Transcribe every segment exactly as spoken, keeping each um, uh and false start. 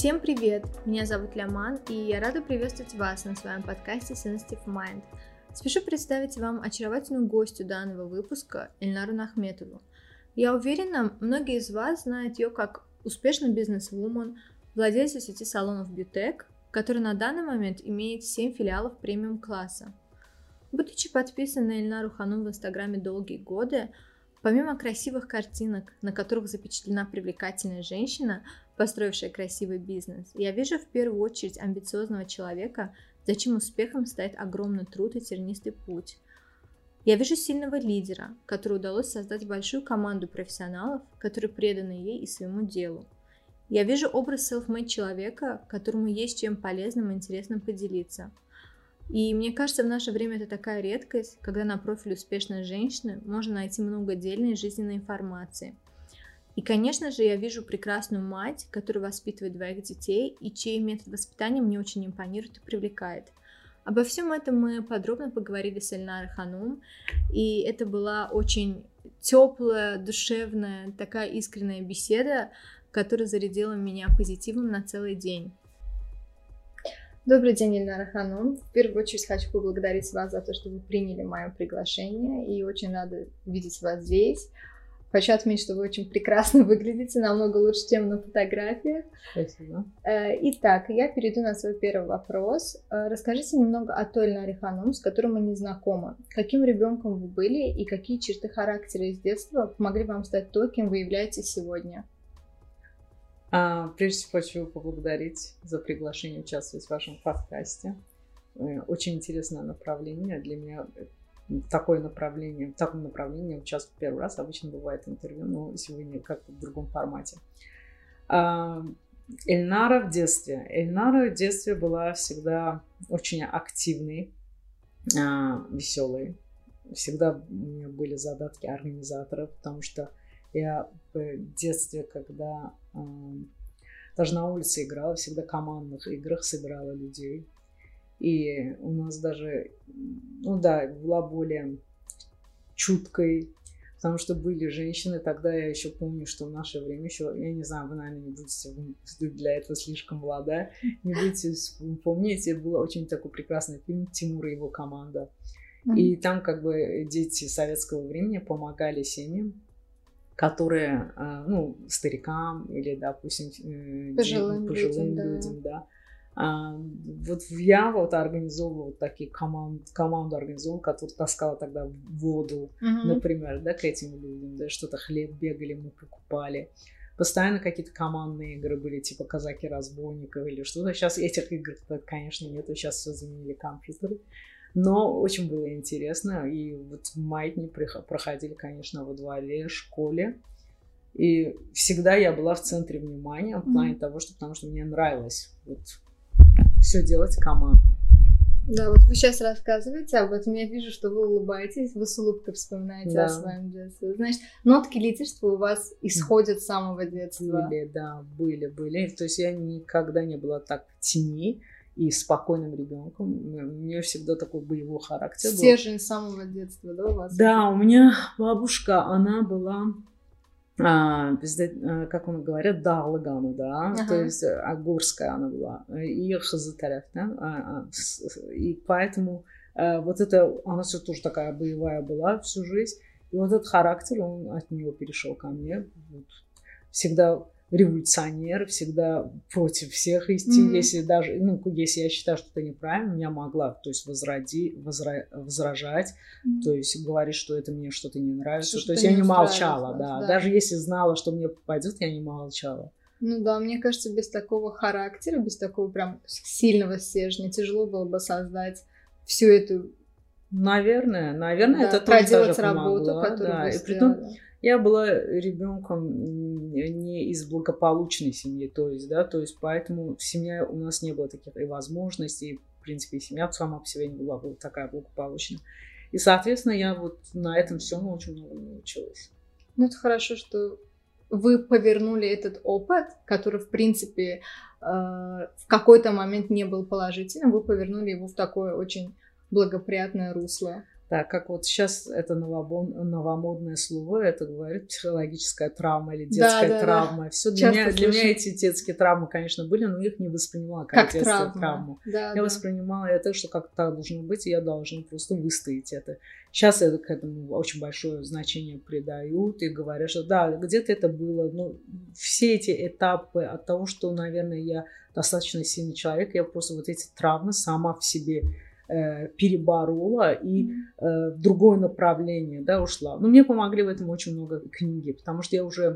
Всем привет! Меня зовут Ляман, и я рада приветствовать вас на своем подкасте Sensitive Mind. Спешу представить вам очаровательную гостью данного выпуска Эльнару Нахметову. Я уверена, многие из вас знают ее как успешный бизнес-вумен, владельца сети салонов Бьютек, которая на данный момент имеет семь филиалов премиум-класса. Будучи подписанной на Эльнару Ханум в Инстаграме долгие годы, помимо красивых картинок, на которых запечатлена привлекательная женщина, построившая красивый бизнес, я вижу в первую очередь амбициозного человека, за чьим успехом стоит огромный труд и тернистый путь. Я вижу сильного лидера, которому удалось создать большую команду профессионалов, которые преданы ей и своему делу. Я вижу образ self-made человека, которому есть чем полезным и интересным поделиться. И мне кажется, в наше время это такая редкость, когда на профиле успешной женщины можно найти много дельной жизненной информации. И, конечно же, я вижу прекрасную мать, которая воспитывает двоих детей, и чей метод воспитания мне очень импонирует и привлекает. Обо всем этом мы подробно поговорили с Эльнарой Ханум, и это была очень теплая, душевная, такая искренняя беседа, которая зарядила меня позитивом на целый день. Добрый день, Эльнара Ханум. В первую очередь хочу поблагодарить вас за то, что вы приняли мое приглашение, и очень рада видеть вас здесь. Хочу отметить, что вы очень прекрасно выглядите, намного лучше, чем на фотографиях. Спасибо. Итак, я перейду на свой первый вопрос. Расскажите немного о той Эльнаре Ханум, с которой мы не знакомы. Каким ребенком вы были и какие черты характера из детства помогли вам стать то, кем вы являетесь сегодня? А, прежде всего хочу поблагодарить за приглашение участвовать в вашем подкасте. Очень интересное направление для меня. Такое направление, в таком направлении участвую первый раз. Обычно бывает интервью, но сегодня как-то в другом формате. А, Эльнара в детстве. Эльнара в детстве была всегда очень активной, а, веселой. Всегда у меня были задатки организатора, потому что я в детстве, когда э, даже на улице играла, всегда в командных играх собирала людей. И у нас даже, ну да, была более чуткой, потому что были женщины. Тогда я еще помню, что в наше время еще, я не знаю, вы, наверное, не будете для этого слишком молодая, не будете помнить, это был очень такой прекрасный фильм «Тимур и его команда». Mm-hmm. И там как бы дети советского времени помогали семьям, которые, ну, старикам или, допустим, пожилым, пожилым людям, людям, да. да. Вот я вот организовывала вот такие команд, команду организовывала, которая таскала тогда воду, uh-huh. например, да, к этим людям, да, что-то хлеб бегали, мы покупали. Постоянно какие-то командные игры были, типа казаки-разбойников или что-то. Сейчас этих игр, конечно, нету, сейчас все заменили компьютеры. Но очень было интересно, и вот маятни проходили, конечно, во дворе, в школе, и всегда я была в центре внимания в плане mm-hmm. того, что, потому что мне нравилось вот все делать командно. Да, вот вы сейчас рассказываете об этом, я вижу, что вы улыбаетесь, вы с улыбкой вспоминаете да. о своем детстве. Значит, нотки лидерства у вас исходят с самого детства. Были, да, были, были. То есть я никогда не была так в тени и спокойным ребенком. У меня всегда такой боевой характер был. Стержень с самого детства, да, у вас? Да, у меня бабушка, она была, а, как он говорят, Далагана, да, ага. то есть Агурская она была, и Хазатарев, да, и поэтому вот это, она все тоже такая боевая была всю жизнь, и вот этот характер, он от нее перешел ко мне, вот, всегда революционер, всегда против всех идти, mm-hmm. если даже, ну, если я считаю, что это неправильно, я могла, то есть возради, возра, возражать, mm-hmm. то есть говорить, что это мне что-то не нравится, что то есть я не молчала, да. да, даже если знала, что мне попадет, я не молчала. Ну да, мне кажется, без такого характера, без такого прям сильного стержня тяжело было бы создать всю эту, наверное, наверное, да, это тоже проделать даже работу, помогло, которую да, вы и сделали. притом я была ребенком не из благополучной семьи, то есть, да, то есть поэтому в семье у нас не было таких и возможностей, и, в принципе, и семья сама по себе не была вот такая благополучная. И, соответственно, я вот на этом всем очень много научилась. Ну, это хорошо, что вы повернули этот опыт, который, в принципе, в какой-то момент не был положительным, вы повернули его в такое очень благоприятное русло. Да, как вот сейчас это новобон, новомодное слово, это говорит психологическая травма или детская да, да, травма. Да. Все для меня, для меня эти детские травмы, конечно, были, но их не воспринимала как, как детскую травма. травму. Да, я да. воспринимала это, что как так должно быть, и я должна просто выстоять это. Сейчас я к этому очень большое значение придают и говорят, что да, где-то это было. Но все эти этапы от того, что, наверное, я достаточно сильный человек, я просто вот эти травмы сама в себе переборола и э, в другое направление, да, ушла. Но мне помогли в этом очень много книги, потому что я уже,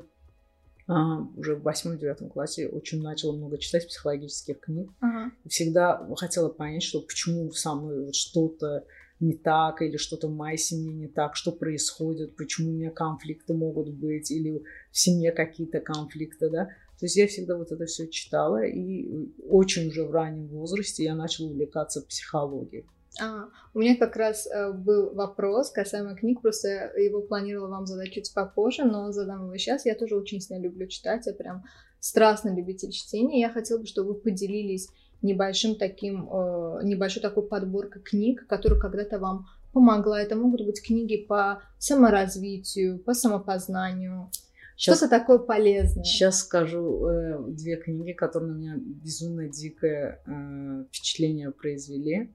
а, уже в восьмом-девятом классе очень начала много читать психологических книг. Ага. И всегда хотела понять, что почему со мной вот что-то не так, или что-то в моей семье не так, что происходит, почему у меня конфликты могут быть, или в семье какие-то конфликты, да. То есть я всегда вот это все читала, и очень уже в раннем возрасте я начала увлекаться психологией. А, у меня как раз э, был вопрос касаемо книг, просто его планировала вам задать чуть попозже, но задам его сейчас. Я тоже очень сильно люблю читать, я прям страстный любитель чтения. Я хотела бы, чтобы вы поделились небольшим таким, э, небольшой такой подборкой книг, которая когда-то вам помогла. Это могут быть книги по саморазвитию, по самопознанию. Сейчас, что-то такое полезное. Сейчас скажу э, две книги, которые на меня безумно дикое э, впечатление произвели.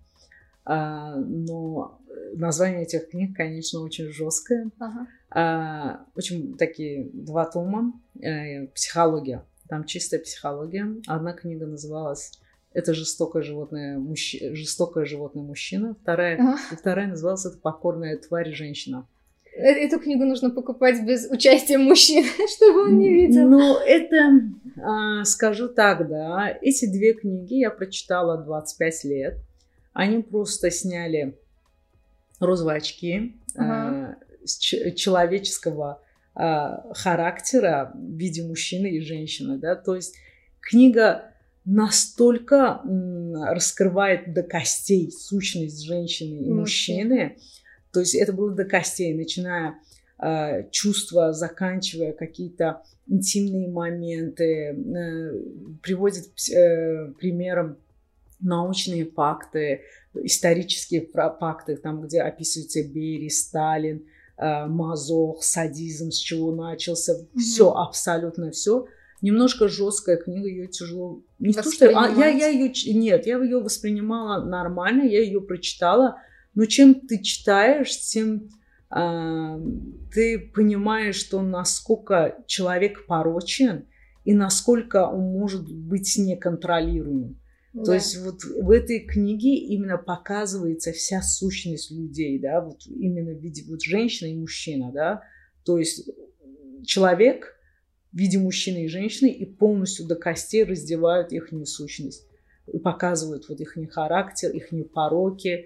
А, но название этих книг, конечно, очень жесткое. Ага. А, очень такие два тома. Э, психология. Там чистая психология. Одна книга называлась «Это жестокое животное, мужч... жестокое животное мужчина». Вторая, ага. и вторая называлась «Это покорная тварь женщина». Эту книгу нужно покупать без участия мужчин, чтобы он не видел. Ну, это, а, скажу так, да, эти две книги я прочитала двадцать пять лет. Они просто сняли розовые очки ага. а, ч- человеческого а, характера в виде мужчины и женщины, да. То есть книга настолько м, раскрывает до костей сущность женщины и мужчины. мужчины. То есть это было до костей, начиная э, чувства, заканчивая какие-то интимные моменты, э, приводит э, примером научные факты, исторические факты, там, где описывается Берия, Сталин, э, мазох, садизм, с чего начался, mm-hmm. все, абсолютно все. Немножко жесткая книга, ее тяжело. Не то, что а, я, я ее нет, я ее воспринимала нормально, я ее прочитала. Но чем ты читаешь, тем э, ты понимаешь, что насколько человек порочен и насколько он может быть неконтролируем. Да. То есть вот в этой книге именно показывается вся сущность людей, да, вот именно в виде вот женщины и мужчины, да. То есть человек в виде мужчины и женщины и полностью до костей раздевают их сущность, и показывают вот их характер, их пороки.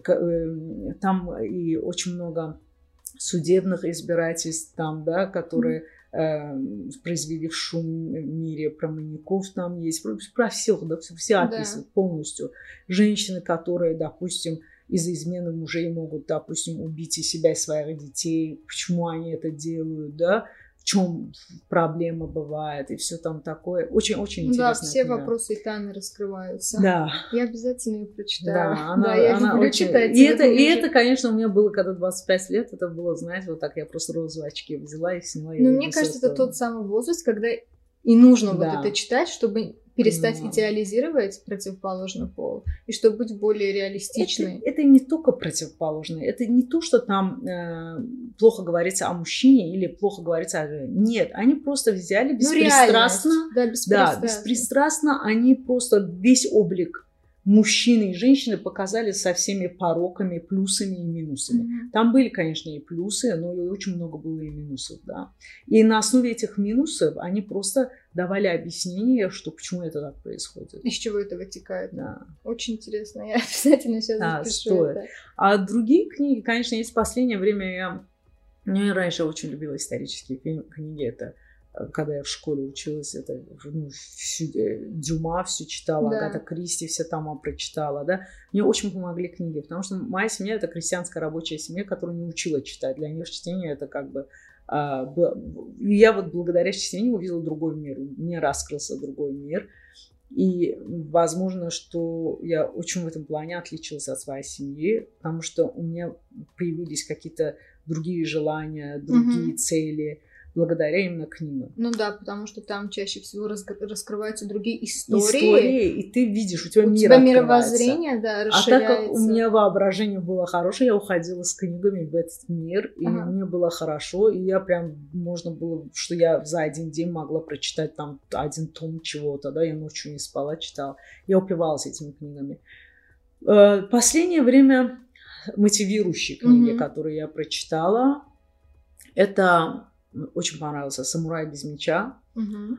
Там и очень много судебных избирательств, там, да, которые mm-hmm. э, произвели в шум в мире, про маньяков там есть, про, про всех, да, все описывают да. полностью. Женщины, которые, допустим, из-за измены мужей могут, допустим, убить и себя, и своих детей, почему они это делают, да, в чем проблема бывает, и все там такое. Очень-очень интересно. Да, все книга. Вопросы и тайны раскрываются. Да. Я обязательно ее прочитаю. Да, она, да я она люблю очень... читать. И это, и это, конечно, у меня было, когда двадцать пять лет, это было, знаете, вот так я просто розовые очки взяла и сняла. Но мне кажется, это тот самый возраст, когда и нужно да. вот это читать, чтобы перестать ну. идеализировать противоположный пол и чтобы быть более реалистичной. Это, это не только противоположное, это не то, что там э, плохо говорится о мужчине или плохо говорится о женщине. Нет, они просто взяли беспристрастно, ну, да, беспристрастно. Да, беспристрастно они просто весь облик мужчины и женщины показали со всеми пороками, плюсами и минусами. Mm-hmm. Там были, конечно, и плюсы, но и очень много было и минусов, да. И на основе этих минусов они просто давали объяснение, что почему это так происходит. Из чего это вытекает. Да. Очень интересно. Я обязательно сейчас да, запишу стоит. это. А другие книги, конечно, есть в последнее время. Я, я раньше очень любила исторические книги. Это когда я в школе училась, это ну, всю, Дюма все читала, да. Агата Кристи все там прочитала, да. Мне очень помогли книги, потому что моя семья — это крестьянская рабочая семья, которая не учила читать. Для них чтение — это как бы... А, и я вот благодаря чтению увидела другой мир, мне раскрылся другой мир. И возможно, что я очень в этом плане отличилась от своей семьи, потому что у меня появились какие-то другие желания, другие угу. цели, благодаря именно книгам. Ну да, потому что там чаще всего разг- раскрываются другие истории. Истории, и ты видишь, у тебя у мир тебя открывается. Мировоззрение, да, расширяется. А так как у меня воображение было хорошее, я уходила с книгами в этот мир, и ага. мне было хорошо, и я прям, можно было, что я за один день могла прочитать там один том чего-то, да, я ночью не спала, читала. Я упивалась этими книгами. Последнее время мотивирующие книги, mm-hmm. которые я прочитала, это... Очень понравился «Самурай без меча». Uh-huh.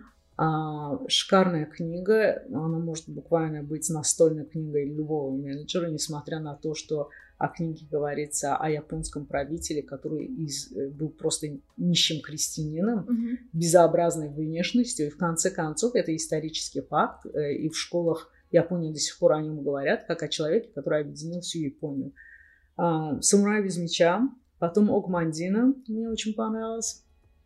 А, шикарная книга. Она может буквально быть настольной книгой любого менеджера, несмотря на то, что о книге говорится о японском правителе, который из, был просто нищим крестьянином, uh-huh. безобразной внешностью. И в конце концов, это исторический факт. И в школах Японии до сих пор о нем говорят, как о человеке, который объединил всю Японию. А, «Самурай без меча». Потом «Окмандина» мне очень понравилась.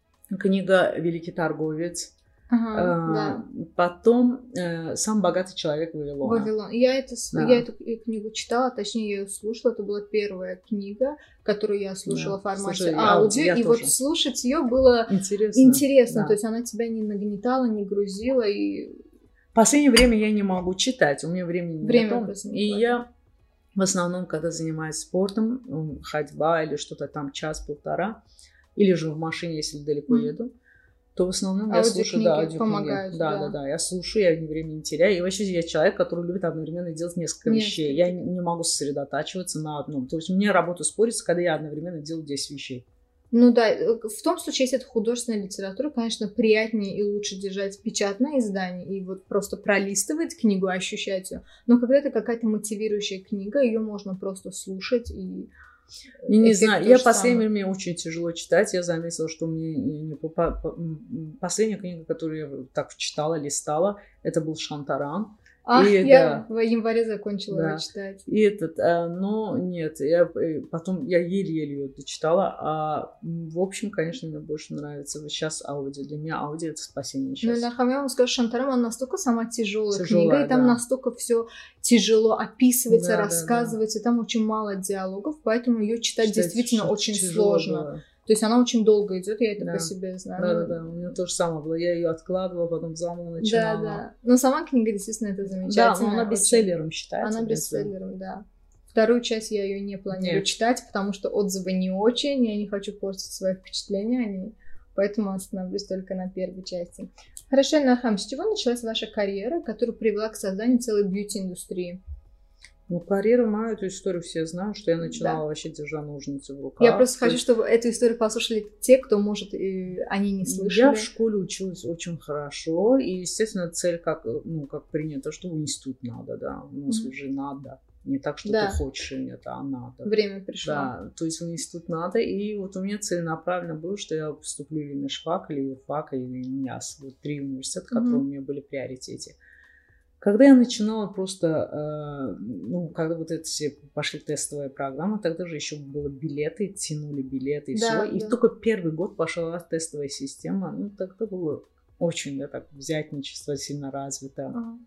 Книга «Великий торговец». Ага, а, да. Потом э, «Самый богатый человек Вавилона». Вавилон. Я, это, да. я эту книгу читала, точнее, я ее слушала. Это была первая книга, которую я слушала да. в формате Слушай, аудио. Я, я и тоже. Вот слушать ее было интересно. интересно. Да. То есть она тебя не нагнетала, не грузила. И... В последнее время я не могу читать. У меня времени Время нет. И я в основном, когда занимаюсь спортом, ходьба или что-то там час-полтора, или же в машине, если далеко mm. еду, то в основном я слушаю, да, аудиокниги. Помогают, да, да. да, да, я слушаю, я времени не теряю. И вообще я человек, который любит одновременно делать несколько Нет. вещей. Я не могу сосредотачиваться на одном. То есть мне работа спорится, когда я одновременно делаю десять вещей. Ну да, в том случае, если это художественная литература, конечно, приятнее и лучше держать печатное издание и вот просто пролистывать книгу, ощущать ее. Но когда это какая-то мотивирующая книга, ее можно просто слушать и... Я не знаю, я в последнее время очень тяжело читать. Я заметила, что мне не попа... последняя книга, которую я так читала, листала, это был «Шантарам». А, и, я да, в январе закончила да. его читать. И этот, а, но нет, я потом я еле-еле ее дочитала. А в общем, конечно, мне больше нравится вот сейчас аудио. Для меня аудио — это спасение сейчас. Ну, Ильнархам, я вам скажу, «Шантарам», она настолько сама тяжелая книга, и там да. настолько все тяжело описывается, да, рассказывается, да, да. там очень мало диалогов, поэтому ее читать, читать действительно очень сложно. Было. То есть она очень долго идет, я это да. по себе знаю. Да, да, да. У меня то же самое было. Я ее откладывала, потом заново начинала. Да, да. Но сама книга действительно это замечательная. Да, но она бестселлером считается. Она бестселлером, да. Вторую часть я ее не планирую Нет. читать, потому что отзывы не очень, я не хочу портить свои впечатления о ней, поэтому остановлюсь только на первой части. Хорошо, Ильнархам, с чего началась ваша карьера, которая привела к созданию целой бьюти-индустрии? Ну, карьеру мою, эту историю все знают, что я начинала да. вообще держа ножницы в руках. Я просто хочу, чтобы эту историю послушали те, кто, может, и они не слышали. Я в школе училась очень хорошо, и, естественно, цель, как, ну, как принято, что в институт надо, да, у нас mm-hmm. уже надо. Не так, что да. ты хочешь или нет, а надо. Время пришло. Да, то есть в институт надо, и вот у меня целенаправленно было, что я поступлю или в МИШФАК, или в ЮРФАК, или в НИАС. Вот три университета, mm-hmm. которые у меня были в приоритете. Когда я начинала просто, э, ну, когда вот это все пошли тестовые программы, тогда же еще было билеты, тянули билеты и да, все. И да. только первый год пошла тестовая система. Ну, тогда было очень, да, так, взятничество сильно развито. Ага.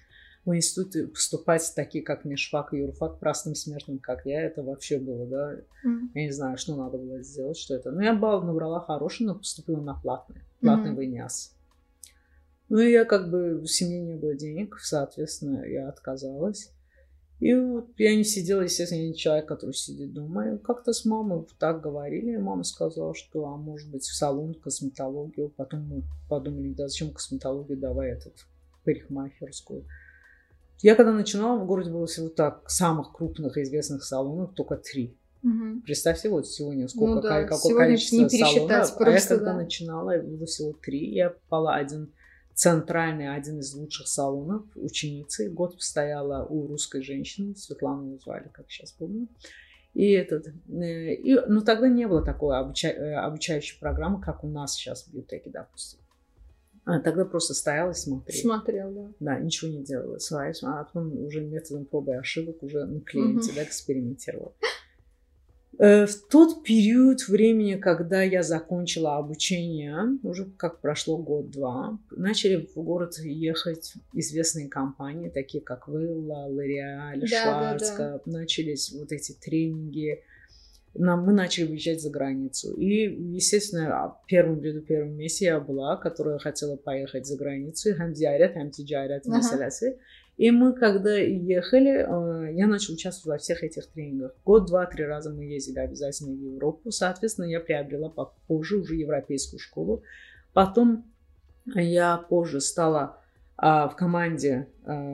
В институты поступать такие, как МИШФАК и ЮРФАК, простым смертным, как я, это вообще было, да. Mm. Я не знаю, что надо было сделать, что это. Ну, я балл набрала хороший, но поступила на платный, платный mm-hmm. в ИНИАС. Ну, и я как бы, в семье не было денег, соответственно, я отказалась. И вот я не сидела, естественно, я не человек, который сидит дома. И как-то с мамой так говорили, и мама сказала, что, а может быть, в салон, косметологию. Потом мы подумали, да зачем косметологию, давай этот, парикмахерскую. Я когда начинала, в городе было всего так, самых крупных и известных салонов только три. Угу. Представьте, вот сегодня сколько, ну, да. какое сегодня количество салонов. Просто, а я когда да. начинала, было всего три. Я попала один... центральный, один из лучших салонов ученицы. Год постояла у русской женщины, Светлану ее звали, как сейчас помню. И этот, и, ну, тогда не было такой обуча, обучающей программы, как у нас сейчас в биотеке, допустим. А тогда просто стояла и смотрела. Смотрел, да. Да, ничего не делала. А потом уже методом пробы и ошибок уже на клиенте, uh-huh. да, экспериментировала. В тот период времени, когда я закончила обучение, уже как прошло год-два, начали в город ехать известные компании, такие как Вилла, L'Oréal, Шварцкопф. Начались вот эти тренинги. Нам, мы начали выезжать за границу. И, естественно, в первом ряду, в первом месте я была, которая хотела поехать за границу. Хам зиярат, хам тиджарат, месалясы. И мы, когда ехали, я начала участвовать во всех этих тренингах. Год, два, три раза мы ездили обязательно в Европу. Соответственно, я приобрела позже уже европейскую школу. Потом я позже стала в команде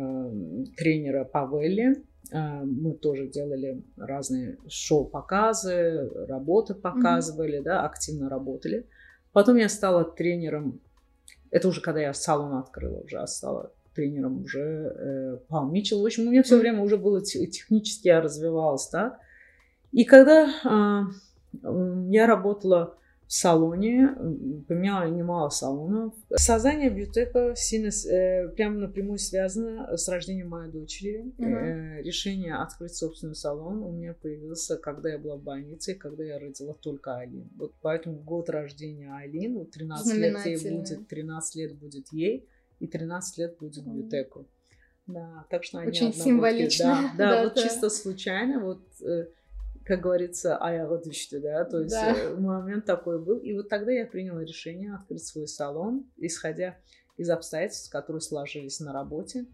тренера по Велле. Мы тоже делали разные шоу-показы, работы показывали, mm-hmm. да, активно работали. Потом я стала тренером, это уже когда я салон открыла, уже стала тренером уже э, Пал Митчелл. В общем, у меня все время уже было технически, я развивалась, да. И когда э, я работала в салоне, поменяла немало салонов. Создание бьютека сильно, э, прямо напрямую связано с рождением моей дочери. Uh-huh. Э, решение открыть собственный салон у меня появилось, когда я была в больнице, когда я родила только Айлин. Вот поэтому год рождения Айлин, вот тринадцать лет ей будет, тринадцать лет будет ей, и тринадцать лет будет uh-huh. бьютеку. Да, так что они очень символично. Да, да, да, вот чисто случайно, вот... Э, как говорится, аяғы düştü, да, то есть да. момент такой был. И вот тогда я приняла решение открыть свой салон, исходя из обстоятельств, которые сложились на работе.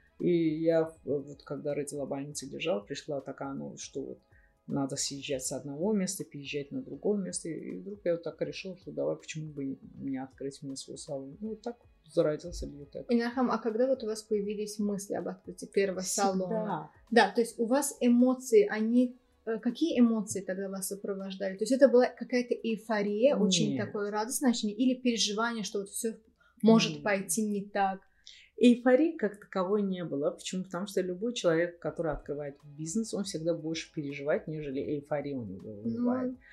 И я, вот когда родила, в больнице лежала, пришла такая новость, что вот надо съезжать с одного места, переезжать на другое место. И вдруг я вот так решила, что давай, почему бы не открыть мне свой салон. Ну, вот так зародился бьютек. Ильнархам, а когда вот у вас появились мысли об открытии первого Всегда. салона? Да, то есть у вас эмоции, они... Какие эмоции тогда вас сопровождали? То есть это была какая-то эйфория, Нет. очень такое радостное ощущение, или переживание, что вот все может Нет. пойти не так? Эйфории как таковой не было. Почему? Потому что любой человек, который открывает бизнес, он всегда больше переживает, нежели эйфория у него бывает. Ну...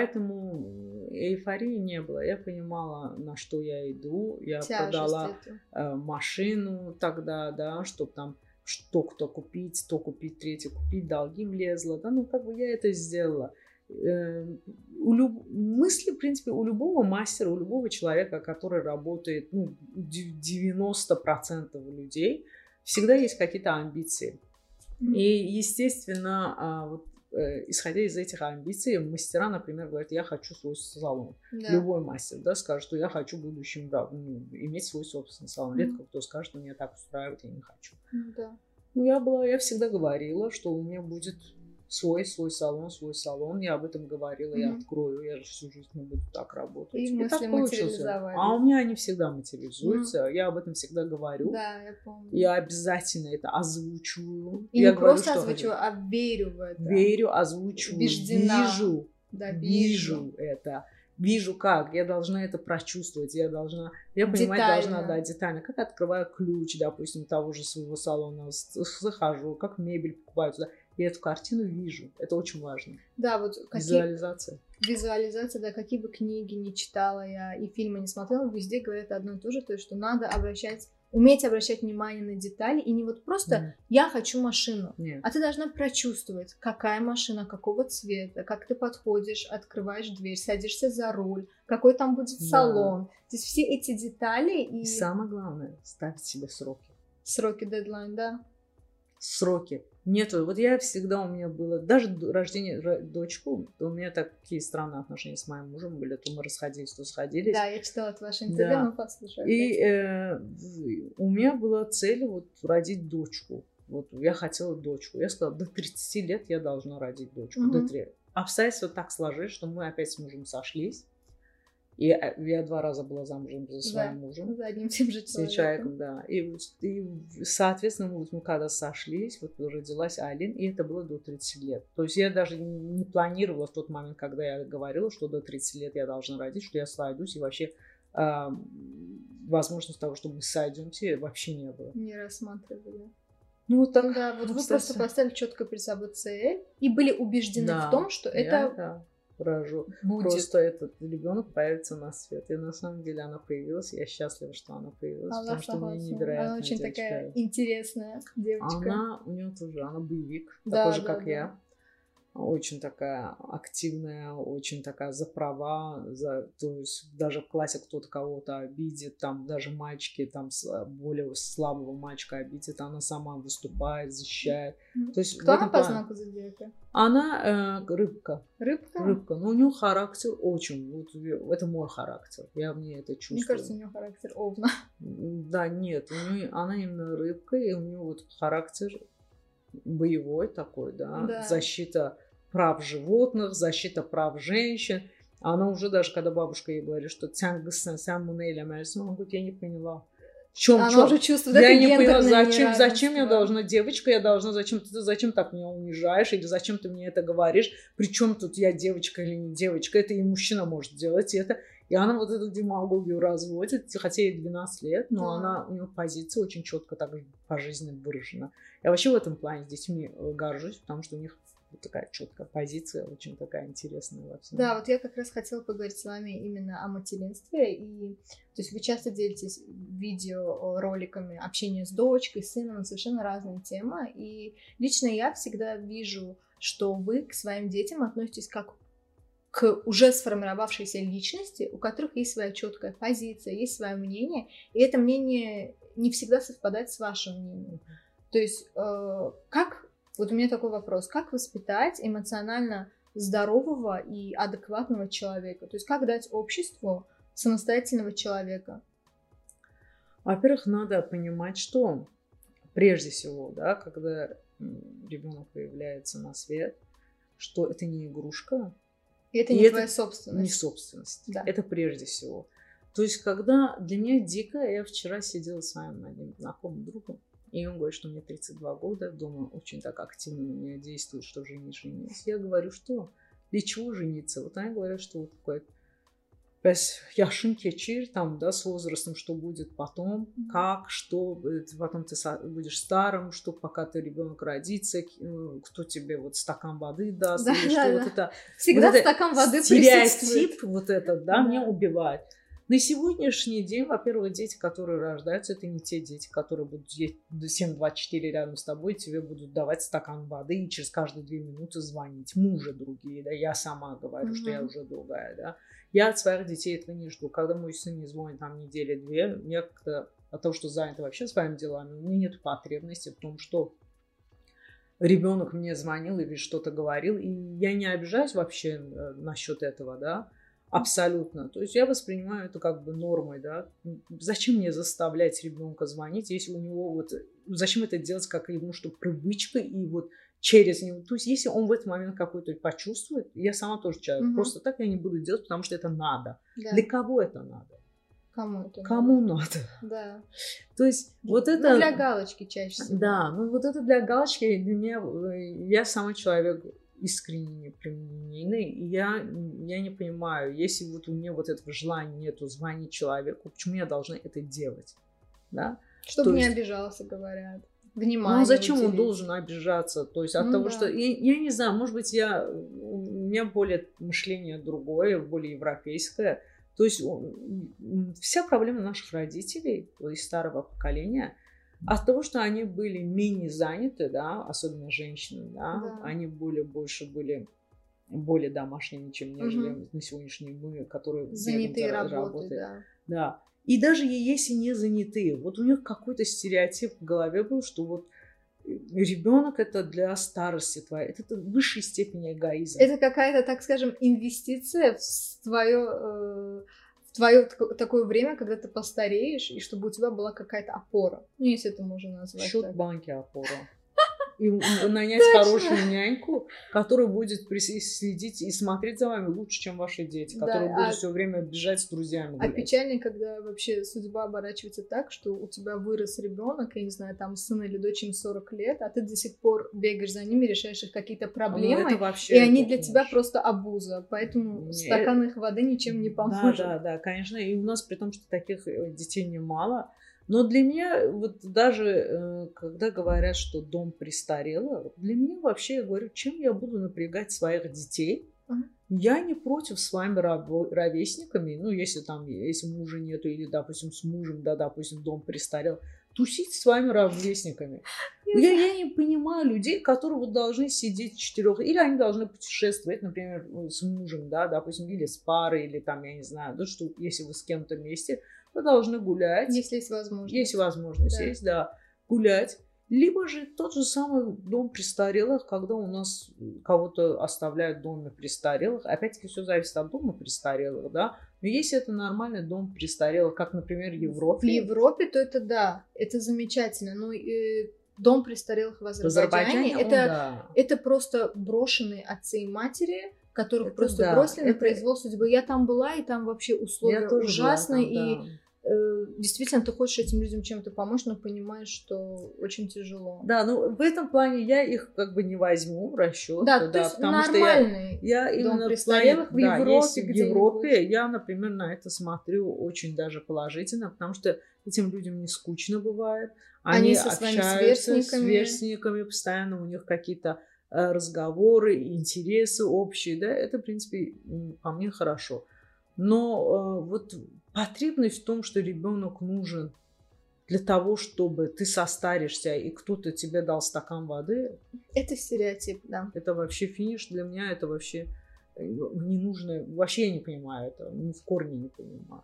Поэтому эйфории не было. Я понимала, на что я иду. Я Тяжесть продала это. машину тогда, да, чтобы там что кто купить, то купить, третье купить, долги влезло, да, ну как бы я это сделала. Э, у люб... Мысли, в принципе, у любого мастера, у любого человека, который работает, ну, девяносто процентов людей, всегда есть какие-то амбиции. Mm-hmm. И, естественно, вот, э, исходя из этих амбиций, мастера, например, говорят, я хочу свой салон. Да. Любой мастер, да, скажет, что я хочу в будущем, да, ну, иметь свой собственный салон. Mm-hmm. Редко кто скажет, что меня так устраивает, я не хочу. Mm-hmm. Да. Ну, я была, я всегда говорила, что у меня будет свой, свой салон, свой салон. Я об этом говорила, mm-hmm. я открою, я же всю жизнь не буду так работать. И, и мысли материализовали. А у меня они всегда материализуются. Mm-hmm. Я об этом всегда говорю. Да, я помню. Я обязательно это озвучиваю. И я не говорю, просто озвучиваю, а верю в это. Верю, озвучиваю, Убеждена. вижу, да, вижу. вижу это. Вижу как, я должна это прочувствовать, я должна, я понимать детально. должна, да, детально. Как открываю ключ, допустим, того же своего салона, захожу, как мебель покупаю туда. Я эту картину вижу, это очень важно. Да, вот какие... Визуализация. Визуализация, да, какие бы книги не читала я и фильмы не смотрела, везде говорят одно и то же, то есть, что надо обращать, уметь обращать внимание на детали, и не вот просто mm. «я хочу машину», Нет. а ты должна прочувствовать, какая машина, какого цвета, как ты подходишь, открываешь дверь, садишься за руль, какой там будет да. салон. То есть все эти детали и... И самое главное, ставить себе сроки. Сроки, дедлайн, да. Сроки. Нету. Вот я всегда, у меня было, даже рождение дочку, у меня такие странные отношения с моим мужем были, то мы расходились, то сходились. Да, я читала это ваше интервью, да. но послушаю. И э, у меня была цель вот родить дочку. Вот я хотела дочку. Я сказала, до тридцати лет я должна родить дочку. Mm-hmm. До тридцати. Обстоятельства так сложились, что мы опять с мужем сошлись. И я два раза была замужем за своим да, мужем. За одним тем же человеком. человеком, да. И, и соответственно, вот мы когда сошлись, вот родилась Айлин, и это было до тридцати лет. То есть я даже не планировала в тот момент, когда я говорила, что до тридцати лет я должна родить, что я сойдусь, и вообще э, возможность того, что мы сойдемся, вообще не было. Не рассматривали. Ну, вот так. Ну, да, вот вы просто поставили четко перед собой цель и были убеждены да, в том, что я, это... Да. Рожу. Будет. Просто этот ребенок появится на свет. И на самом деле она появилась. Я счастлива, что она появилась. Аллах, потому что мне невероятно. Она очень девочка. Такая интересная девочка. Она, у нее тоже, она боевик, да, такой же, да, как да. я. очень такая активная, очень такая за права, за, то есть даже в классе кто-то кого-то обидит, там даже мальчики, там более слабого мальчика обидит, она сама выступает, защищает. Mm-hmm. То есть Кто она по плане... знаку зодиака? Она э, рыбка. Рыбка? Рыбка. Но у нее характер очень, вот, это мой характер, я в ней это чувствую. Мне кажется, у нее характер овна. Да, нет, у нее, она именно рыбка, и у нее вот характер боевой такой, да, да. Защита прав животных, защита прав женщин. Она уже даже, когда бабушка ей говорит, что «Цянгысын, сям мунейля мэрсин», она говорит, я не поняла. В чем, она чем? уже чувствует, я это не поняла, зачем, неравенство. зачем я должна, девочка, я должна, зачем ты, зачем так меня унижаешь, или зачем ты мне это говоришь, причем тут я девочка или не девочка, это и мужчина может делать это. И она вот эту демагогию разводит, хотя ей двенадцать лет, но да. она, у нее позиция очень четко так по жизни выражена. Я вообще в этом плане с детьми горжусь, потому что у них вот такая четкая позиция, очень такая интересная во всем. Да, вот я как раз хотела поговорить с вами именно о материнстве. И, то есть вы часто делитесь видеороликами общения с дочкой, с сыном, на совершенно разные темы. И лично я всегда вижу, что вы к своим детям относитесь как к уже сформировавшейся личности, у которых есть своя четкая позиция, есть свое мнение, и это мнение не всегда совпадает с вашим мнением. То есть э, как, вот у меня такой вопрос, как воспитать эмоционально здорового и адекватного человека? То есть как дать обществу самостоятельного человека? Во-первых, надо понимать, что прежде всего, да, когда ребенок появляется на свет, что это не игрушка, И это и не это твоя собственность. Не собственность. Да. Это прежде всего. То есть, когда для меня дико, я вчера сидела с моим одним знакомым другом, и он говорит, что мне тридцать два года, дома очень так активно на меня действует, что женись, женись. Я говорю, что? Для чего жениться? Вот они говорят, что вот такое, яшин кечир, там, да, с возрастом, что будет потом, mm-hmm. как, что, потом ты будешь старым, что пока ты ребенок родится, кто тебе вот стакан воды даст, да, или да, что да. вот это... Всегда вот стакан это воды стереотип вот этот, да, да, меня убивает. На сегодняшний день, во-первых, дети, которые рождаются, это не те дети, которые будут семь двадцать четыре рядом с тобой, тебе будут давать стакан воды и через каждые две минуты звонить. Мы уже другие, да, я сама говорю, mm-hmm. что я уже другая, да. Я от своих детей этого не жду. Когда мой сын не звонит там недели-две, мне как-то от того, что занята вообще своими делами, у меня нет потребности в том, что ребенок мне звонил или что-то говорил, и я не обижаюсь вообще насчет этого, да. Абсолютно. То есть я воспринимаю это как бы нормой, да. Зачем мне заставлять ребенка звонить, если у него вот... Зачем это делать как ему, что привычка, и вот через него... То есть если он в этот момент какой-то почувствует, я сама тоже человек, угу. просто так я не буду делать, потому что это надо. Да. Для кого это надо? Кому это Кому надо? надо? Да. То есть вот ну, это... для галочки чаще всего. Да, ну вот это для галочки для меня... Я сама человек... искренне непрямолинейный, и я, я не понимаю, если вот у меня вот этого желания нету звонить человеку, почему я должна это делать, да? Чтобы То не есть... обижался, говорят. Внимание. Ну, зачем уделить. он должен обижаться? То есть от ну, того, да. что... Я, я не знаю, может быть, я... у меня более мышление другое, более европейское. То есть вся проблема наших родителей, то есть старого поколения, от того, что они были менее заняты, да, особенно женщины, да, да. они более, больше были более домашними, чем нежели угу. на сегодняшний мы, которые занятые работой, да. да. И даже если не занятые, вот у них какой-то стереотип в голове был, что вот ребенок это для старости твоей, это, это в высшей степени эгоизм. Это какая-то, так скажем, инвестиция в твое... Э... в твое такое время, когда ты постареешь, и чтобы у тебя была какая-то опора. Ну, если это можно назвать. Счет так. в банке опора. И нанять хорошую няньку, которая будет следить и смотреть за вами лучше, чем ваши дети, которые да, будут а... все время бежать с друзьями. А печально, когда вообще судьба оборачивается так, что у тебя вырос ребенок, я не знаю, там сын или дочь им сорок лет, а ты до сих пор бегаешь за ними, решаешь их какие-то проблемы, ну, и они для тебя просто обуза. Поэтому Нет. стакан их воды ничем не поможет. Да, да, да, конечно. И у нас при том, что таких детей немало. Но для меня, вот даже когда говорят, что дом престарел, для меня вообще, я говорю, чем я буду напрягать своих детей? Uh-huh. Я не против с вами ровесниками, ну, если там, если мужа нету, или, допустим, с мужем, да, допустим, дом престарел, тусить с своими ровесниками. Я, я не понимаю людей, которые вот должны сидеть в четырех, или они должны путешествовать, например, с мужем, да, допустим, или с парой, или там, я не знаю, да, что если вы с кем-то вместе, вы должны гулять. Если есть возможность. Если возможность да. есть, да, гулять. Либо же тот же самый дом престарелых, когда у нас кого-то оставляют в доме престарелых. Опять-таки все зависит от дома престарелых, да. Но если это нормальный дом престарелых, как, например, в Европе. В Европе, то это да, это замечательно. Но э, дом престарелых в Азербайджане, это, да. это просто брошенные отцы и матери, которых это просто да. бросили это... на произвол судьбы. Я там была, и там вообще условия ужасные. Была там, и... да. Действительно, ты хочешь этим людям чем-то помочь, но понимаешь, что очень тяжело. Да, ну в этом плане я их как бы не возьму в расчет. Да, да, то есть потому нормальный что я, я именно престарелых в Европе, да, если в Европе, я, например, на это смотрю очень даже положительно, потому что этим людям не скучно бывает. Они, Они со своими сверстниками. сверстниками, постоянно у них какие-то разговоры, интересы общие, да, это, в принципе, по мне хорошо. Но э, вот потребность в том, что ребенок нужен для того, чтобы ты состаришься, и кто-то тебе дал стакан воды. Это стереотип, да. Это вообще финиш для меня, это вообще не нужно, вообще я не понимаю это, ни в корне не понимаю.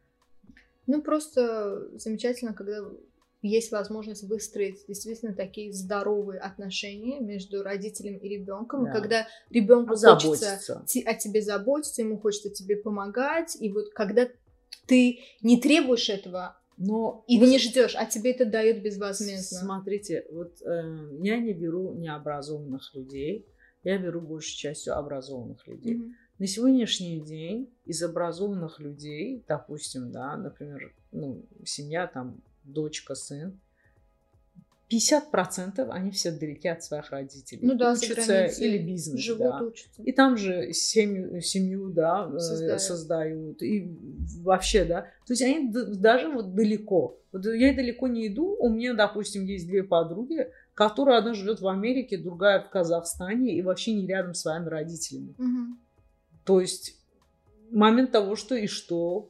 Ну, просто замечательно, когда есть возможность выстроить действительно такие здоровые отношения между родителем и ребенком, да. когда ребенку хочется о тебе заботиться, ему хочется тебе помогать, и вот когда ты не требуешь этого, но и вы... не ждешь, а тебе это дает безвозмездно. Смотрите, вот э, я не беру необразованных людей, я беру большей частью образованных людей. Mm-hmm. На сегодняшний день из образованных людей, допустим, да, например, ну, семья там, дочка, сын, пятьдесят процентов они все далеки от своих родителей. Ну да, учатся или бизнес. Живут, да. учатся. И там же семью, семью да, создают. создают. И вообще, да. То есть они даже вот далеко. Вот я далеко не иду. У меня, допустим, есть две подруги, которые одна живет в Америке, другая в Казахстане и вообще не рядом с своими родителями. Угу. То есть момент того, что и что.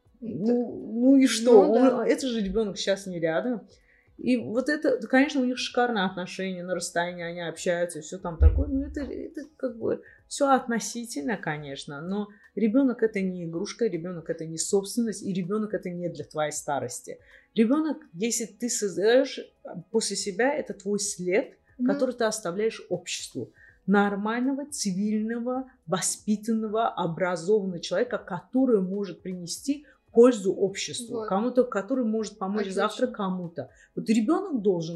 Ну, ну и что? Ну, да. Он, это же ребенок сейчас не рядом. И вот это, конечно, у них шикарные отношения на расстоянии, они общаются, все там такое. Но это, это как бы все относительно, конечно. Но ребенок это не игрушка, ребенок это не собственность, и ребенок это не для твоей старости. Ребенок, если ты создаешь после себя, это твой след, mm-hmm. который ты оставляешь обществу. Нормального, цивильного, воспитанного, образованного человека, который может принести пользу обществу, вот. Кому-то, который может помочь Отлично. Завтра кому-то. Вот ребенок должен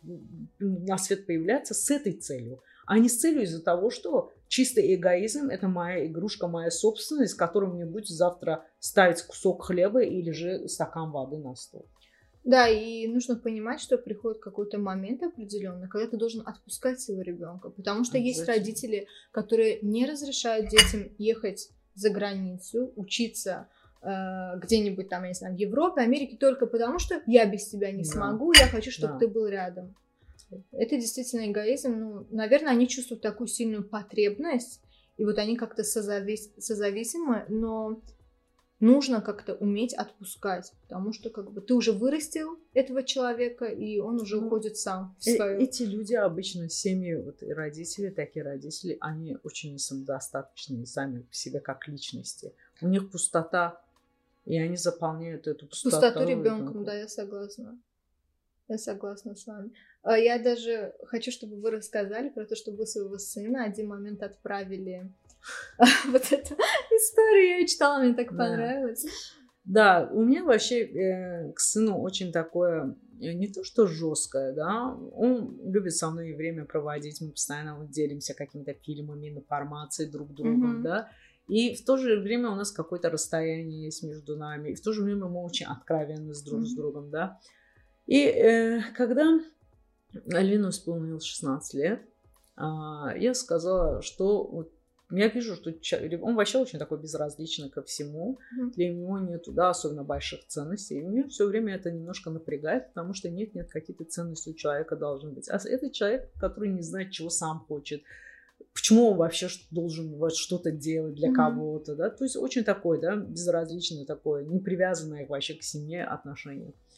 на свет появляться с этой целью, а не с целью из-за того, что чисто эгоизм – это моя игрушка, моя собственность, которая мне будет завтра ставить кусок хлеба или же стакан воды на стол. Да, и нужно понимать, что приходит какой-то момент определенный, когда ты должен отпускать своего ребенка, потому что есть родители, которые не разрешают детям ехать за границу, учиться э, где-нибудь там, я не знаю, в Европе, Америке, только потому что я без тебя не да. смогу, я хочу, чтобы да. ты был рядом. Это действительно эгоизм. Ну, наверное, они чувствуют такую сильную потребность, и вот они как-то созавис... созависимы, но нужно как-то уметь отпускать, потому что как бы ты уже вырастил этого человека, и он уже ну, уходит сам в свою... Эти люди обычно, семьи, вот и родители, такие родители, они очень самодостаточные сами по себе как личности. У них пустота, и они заполняют эту пустоту. Пустоту ребенком, да, я согласна. Я согласна с вами. Я даже хочу, чтобы вы рассказали про то, что вы своего сына один момент отправили... Вот эту историю я читала, мне так понравилось. Да, у меня вообще э, к сыну очень такое, не то что жесткое, да, он любит со мной время проводить, мы постоянно вот делимся какими-то фильмами, информацией друг другом, mm-hmm. да, и в то же время у нас какое-то расстояние есть между нами, и в то же время мы очень откровенны с друг mm-hmm. с другом, да. И э, когда Альвину исполнилось шестнадцать лет, э, я сказала, что вот я вижу, что он вообще очень такой безразличный ко всему. Mm-hmm. Для него нету, да, особенно больших ценностей. И меня все время это немножко напрягает, потому что нет-нет, какие-то ценности у человека должны быть. А это человек, который не знает, чего сам хочет. Почему он вообще должен вот что-то делать для mm-hmm. кого-то, да. То есть очень такой, да, безразличный такой, не привязанный вообще к семье отношение.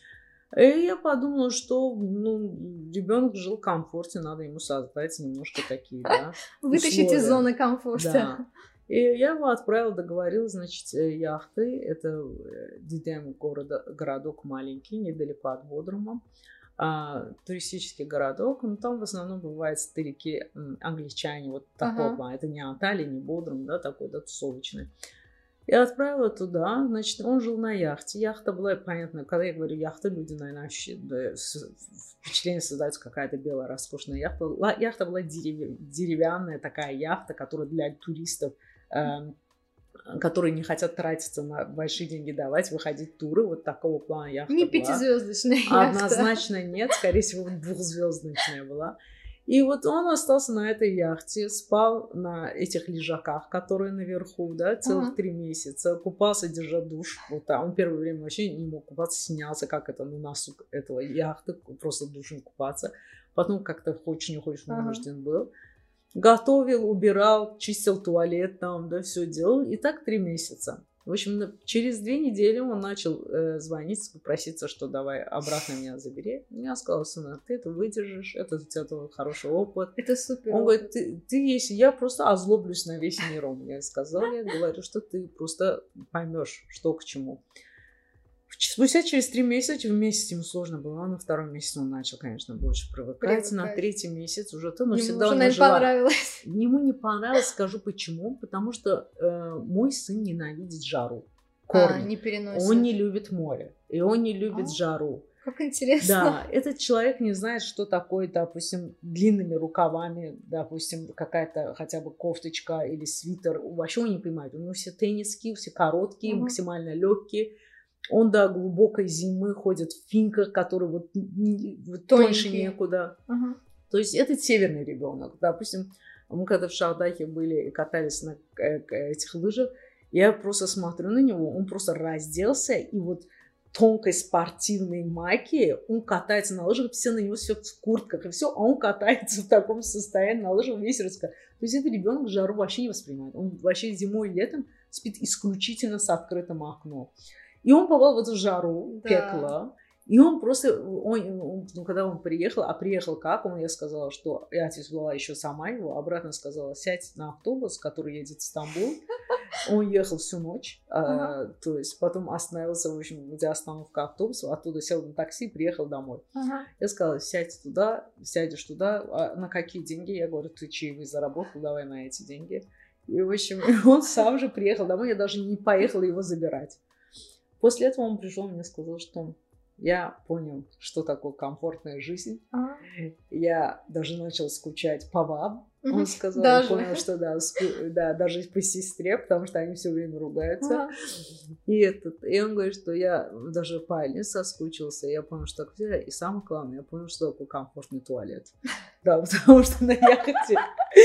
И я подумала, что ну, ребенок жил в комфорте, надо ему создать немножко такие, да, вытащить из зоны комфорта. Да. И я его отправила, договорилась, значит, яхты. Это Дидем, города, городок маленький, недалеко от Бодрума. А, туристический городок, но там в основном бывают старики, англичане, вот такого ага. плана. Это не Анталия, не Бодрум, да, такой, да, тусовочный. Я отправила туда, значит, он жил на яхте. Яхта была, понятно, когда я говорю яхта, люди, наверное, впечатление создается какая-то белая роскошная яхта. Яхта была дерев... деревянная такая яхта, которая для туристов, э, которые не хотят тратиться на большие деньги давать, выходить в туры, вот такого плана яхта не была. Не пятизвездочная яхта. Однозначно нет, скорее всего, двухзвездочная была. И вот он остался на этой яхте, спал на этих лежаках, которые наверху, да, целых uh-huh. три месяца, купался, держа душ. Вот, а он первое время вообще не мог купаться, снялся, как это на носу этого яхты, просто душем купаться. Потом как-то хочешь не хочешь, вынужден uh-huh. был. Готовил, убирал, чистил туалет там, да, все делал. И так три месяца. В общем, через две недели он начал э, звонить, попроситься, что давай обратно меня забери. Я сказала, сына, ты это выдержишь, это у тебя твой хороший опыт. Это супер. Он опыт. говорит, ты, ты есть, я просто озлоблюсь на весь мир. Я сказала, я говорю, что ты просто поймешь, что к чему. Спустя через три месяца, в месяц ему сложно было, а на втором месяце он начал, конечно, больше привыкать. Привыкать. На третий месяц уже то, но ему всегда уже, он наверное, понравилось. Ему не понравилось, скажу почему. Потому что э, мой сын ненавидит жару. Корни. А, не переносит. Он не любит море. И он не любит а, жару. Как интересно. Да, этот человек не знает, что такое, допустим, длинными рукавами, допустим, какая-то хотя бы кофточка или свитер. Вообще он не понимает. У него все тенниски, все короткие, uh-huh. максимально легкие. Он до глубокой зимы ходит в финках, которые вот, вот тоньше некуда. Uh-huh. То есть это северный ребенок. Допустим, мы когда в Шардахе были и катались на этих лыжах, я просто смотрю на него, он просто разделся, и вот тонкой спортивной майке он катается на лыжах, все на него все в куртках, и все, а он катается в таком состоянии на лыжах весь рассказывает. То есть этот ребенок жару вообще не воспринимает. Он вообще зимой и летом спит исключительно с открытым окном. И он попал в эту жару, да. пекло. И он просто, он, он, ну, когда он приехал, а приехал как? Он, я сказала, что я отец была еще сама его, обратно сказала, сядь на автобус, который едет в Стамбул. Он ехал всю ночь, ага. а, то есть потом остановился, в общем, где остановка автобуса, оттуда сел на такси и приехал домой. Ага. Я сказала, сядь туда, сядешь туда, а на какие деньги? Я говорю, ты чаевые заработал, давай на эти деньги. И, в общем, он сам же приехал домой, я даже не поехала его забирать. После этого он пришел и мне сказал, что я понял, что такое комфортная жизнь. А? Я даже начал скучать по вам. Он сказал, даже? Я понял, что да, ску... да, даже по сестре, потому что они все время ругаются. А? И, этот... и он говорит, что я даже по Али соскучился. Я понял, что такое. И самое главное, я понял, что такое комфортный туалет. Да, потому что на яхте,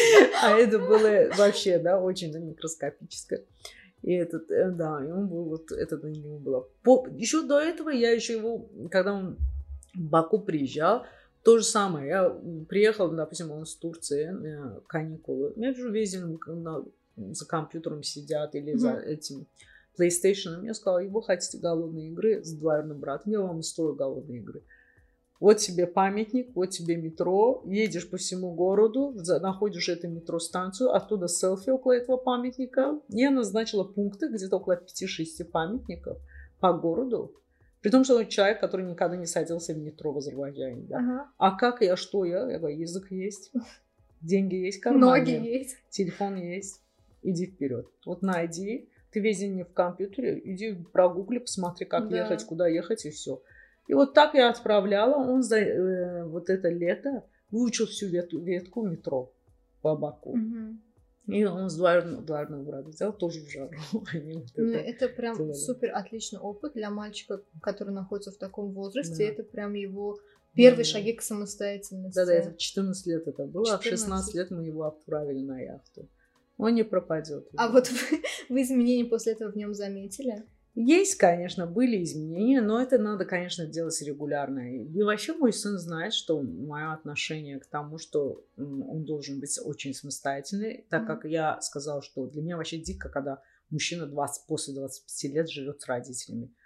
а это было вообще, да, очень микроскопическое. И этот, да, и он был, вот это для него было. По, еще до этого я еще его, когда он в Баку приезжал, то же самое. Я приехал, допустим, он с Турции, каникулы. Я вижу, весь день когда за компьютером сидят или mm-hmm. за этим PlayStation. Я сказала, вы хотите голодные игры с двоюродным братом, я вам устрою голодные игры. Вот тебе памятник, вот тебе метро, едешь по всему городу, находишь эту метростанцию, оттуда селфи около этого памятника. Я назначила пункты, где-то около пяти-шести памятников по городу. При том, что он человек, который никогда не садился в метро в Азербайджане. Да? Ага. А как я, что я? Я говорю, язык есть, деньги есть, карманы. Ноги есть. Телефон есть. Иди вперед. Вот найди. Ты весь день не в компьютере, иди прогугли, посмотри, как да. ехать, куда ехать, и все. И вот так я отправляла. Он за э, вот это лето выучил всю ветку, ветку метро по Баку. Угу. И он с двоюродного брата взял тоже в жару. Ну, это, это прям делали. Супер отличный опыт для мальчика, который находится в таком возрасте. Да. Это прям его первые да. шаги к самостоятельности. Да-да, это в четырнадцать лет это было, четырнадцать. А в шестнадцать лет мы его отправили на яхту. Он не пропадет. А вот вы, вы изменения после этого в нем заметили? Есть, конечно, были изменения, но это надо, конечно, делать регулярно. И вообще мой сын знает, что мое отношение к тому, что он должен быть очень самостоятельный, так mm-hmm. как я сказала, что для меня вообще дико, когда мужчина двадцать, после двадцати пяти лет живет с родителями.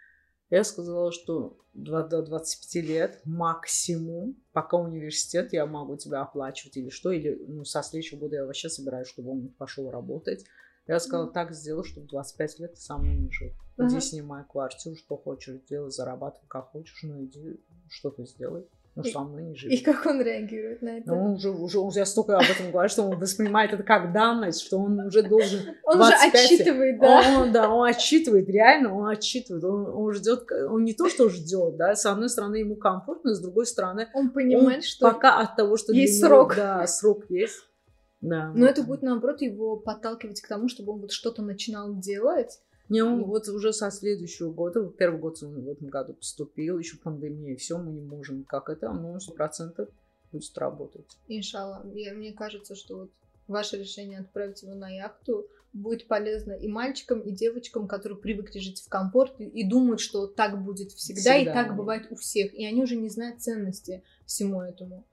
Я сказала, что до двадцати пяти лет максимум, пока университет, я могу тебя оплачивать или что, или ну, со следующего года я вообще собираюсь, чтобы он пошел работать. Я сказала, так сделай, чтобы в двадцать пять лет ты со мной не жил. Иди ага. снимай квартиру, что хочешь делай, зарабатывай как хочешь, ну иди что-то сделай. Ну, со мной не живет. И как он реагирует на это? Ну, он уже, уже, уже я столько об этом говорю, что он воспринимает это как данность, что он уже должен... Он уже отчитывает, да? Он, да, он отчитывает, реально он отчитывает. Он, он ждет, он не то, что ждет, да, с одной стороны ему комфортно, с другой стороны... Он понимает, он что пока от того, что есть него, срок. Да, срок есть. Да. Но это будет, наоборот, его подталкивать к тому, чтобы он вот что-то начинал делать. Не, он вот уже со следующего года, первый год он в этом году поступил, еще пандемия, все, мы не можем, как это, но он сто процентов будет работать. Иншалла. Мне кажется, что вот ваше решение отправить его на яхту будет полезно и мальчикам, и девочкам, которые привыкли жить в комфорте и думают, что так будет всегда, всегда и так да. бывает у всех. И они уже не знают ценности всему этому.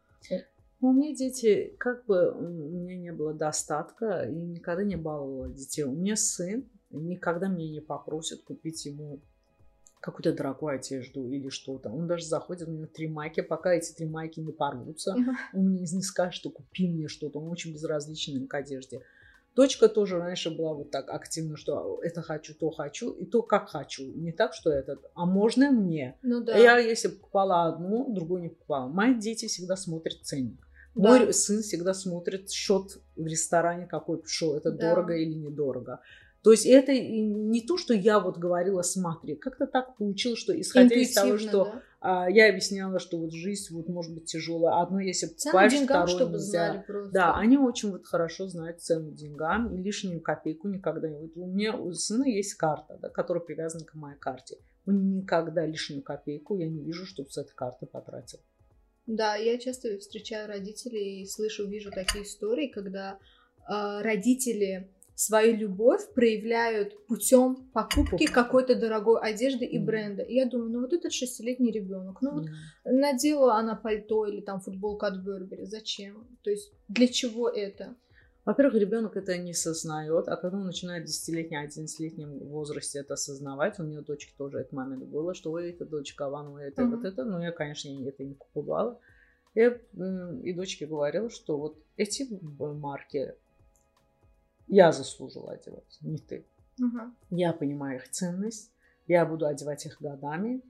У меня дети, как бы у меня не было достатка, и никогда не баловала детей. У меня сын никогда меня не попросит купить ему какую-то дорогую одежду или что-то. Он даже заходит, у него три майки, пока эти три майки не порвутся, uh-huh. он мне не скажет, что купи мне что-то. Он очень безразличный к одежде. Дочка тоже раньше была вот так активна, что это хочу, то хочу, и то как хочу. Не так, что этот, а можно мне. Ну, да. Я, если покупала одну, другую не покупала. Мои дети всегда смотрят ценник. Да. Мой сын всегда смотрит счет в ресторане, какой пришел, это да. дорого или недорого. То есть это не то, что я вот говорила, смотри, как-то так получилось, что исходя из того, что да? а, я объясняла, что вот жизнь вот может быть тяжелая, одно если покупаешь, второе чтобы нельзя. Знали просто. Да, они очень вот хорошо знают цену деньгам и лишнюю копейку никогда не. Вот у меня у сына есть карта, да, которая привязана к моей карте. Он никогда лишнюю копейку я не вижу, чтобы с этой карты потратил. Да, я часто встречаю родителей и слышу, вижу такие истории, когда э, родители свою любовь проявляют путем покупки какой-то дорогой одежды и бренда. И я думаю, ну вот этот шестилетний ребенок, ну вот mm. надела она пальто или там футболку от Burberry, зачем? То есть для чего это? Во-первых, ребенок это не сознает, а когда он начинает в десятилетнем, одиннадцатилетнем возрасте это осознавать, у меня дочки тоже этот момент было, что ой, это дочка Вану, это mm-hmm. вот это, но я, конечно, это не покупала. Я и дочке говорила, что вот эти марки я заслужила одевать, не ты. Uh-huh. Я понимаю их ценность, я буду одевать их годами,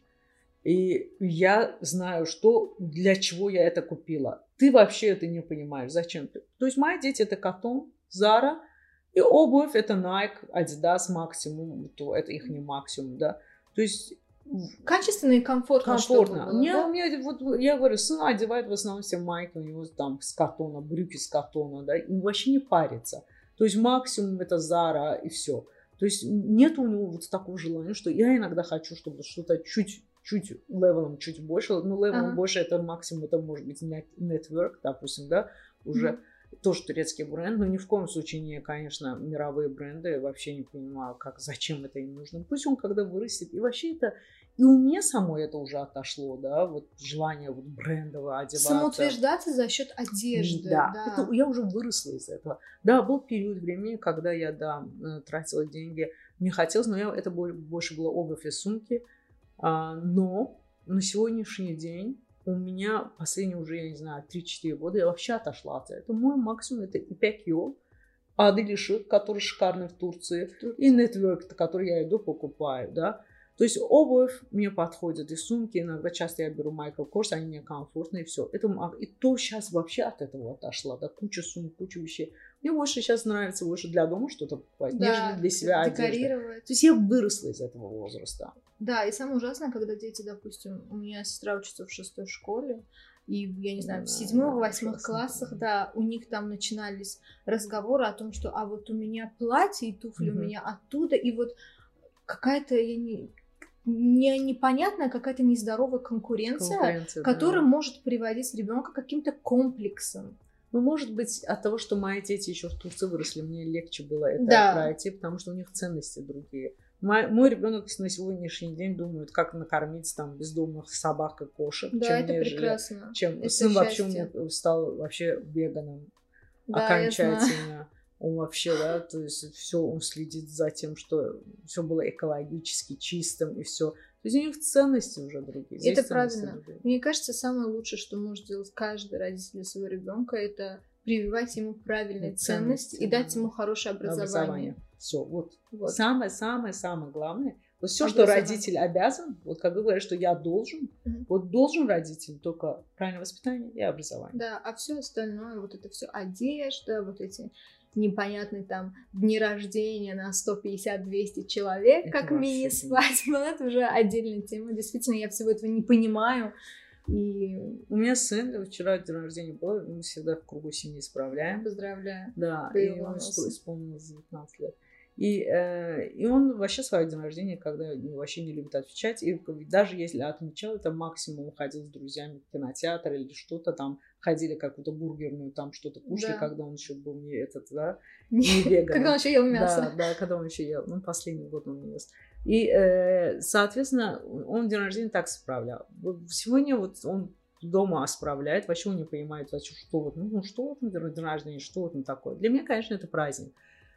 и я знаю, что, для чего я это купила. Ты вообще это не понимаешь, зачем ты. То есть мои дети это Cotton, Zara, и обувь это Nike, Adidas максимум, то это их не максимум, да. То есть качественно и комфортно. Комфортно. Было, мне, да? мне, вот, я говорю, сын одевает в основном все майки, у него там с катона, брюки с катона, да, и вообще не парится. То есть максимум это Zara и все. То есть нет у него вот такого желания, что я иногда хочу, чтобы что-то чуть, чуть левелом чуть больше. Ну, левелом ага. больше это максимум, это может быть Network, допустим, да, уже mm-hmm. тоже турецкий бренд, но ни в коем случае не, конечно, мировые бренды. Вообще не понимаю, как, зачем это им нужно. Пусть он когда вырастет. И вообще это, и у меня самой это уже отошло, да, вот желание вот брендово одеваться. Самоутверждаться за счет одежды. Да, да. Это, я уже выросла из этого. Да, был период времени, когда я, да, тратила деньги, мне хотелось, но я, это больше было обувь и сумки. А, но на сегодняшний день у меня последние уже, я не знаю, три-четыре года я вообще отошла от этого. Это мой максимум, это Ipek, Adilishik, который шикарный в Турции, в Турции. И Network, который я иду покупаю, да. То есть обувь мне подходит, и сумки, иногда часто я беру Michael Kors, они мне комфортные, и все. Это, и то сейчас вообще от этого отошла, да, куча сумок, куча вещей. Мне больше сейчас нравится больше для дома что-то покупать, да, нежели для себя декорировать. Одежды. То есть я выросла из этого возраста. Да, и самое ужасное, когда дети, допустим, у меня сестра учится в шестой школе, и, я не знаю, в седьмых, восьмых классах, да, у них там начинались разговоры о том, что а вот у меня платье и туфли mm-hmm. у меня оттуда, и вот какая-то, я не... Не, непонятная какая-то нездоровая конкуренция, конкуренция которая да. может приводить ребенка к каким-то комплексам. Ну, может быть, от того, что мои дети еще в Турции выросли, мне легче было это да. пройти, потому что у них ценности другие. Мой, мой ребенок на сегодняшний день думает, как накормить там бездомных собак и кошек. Да, чем это нежели, прекрасно. Чем это сын счастье. вообще у меня стал вообще веганом да, окончательно. Он вообще, да, то есть все, он следит за тем, что все было экологически чистым и все. То есть у них ценности уже другие. Здесь Это правильно. другие. Мне кажется, самое лучшее, что может сделать каждый родитель для своего ребенка, это прививать ему правильные ценности, ценности и дать ему хорошее образование. образование. Все, вот. вот. Самое-самое-самое главное. Вот все, что родитель обязан, вот как вы говорите, что я должен, mm-hmm. вот должен родитель только правильное воспитание и образование. Да, а все остальное, вот это все одежда, вот эти непонятные там дни рождения на сто пятьдесят - двести человек, это как мини-свадьба, это уже отдельная тема. Действительно, я всего этого не понимаю. И... У меня сын, вчера день рождения был, мы всегда в кругу семьи справляем. Поздравляю. Да, и ему исполнилось девятнадцать лет. И, э, и он вообще свой день рождения, когда вообще не любит отвечать. И даже если отмечал, это максимум ходил с друзьями в кинотеатр или что-то там, ходили какую-то бургерную, там что-то кушали, да. когда он еще был не этот, да, не веган. Когда он еще ел мясо. Да, да, когда он еще ел. Ну, последний год он не ест. И, э, соответственно, он день рождения так справлял. Сегодня вот он дома справляет, вообще он не понимает, вообще, что вот, ну, что вот на день рождения, что вот на такое. Для меня, конечно, это праздник.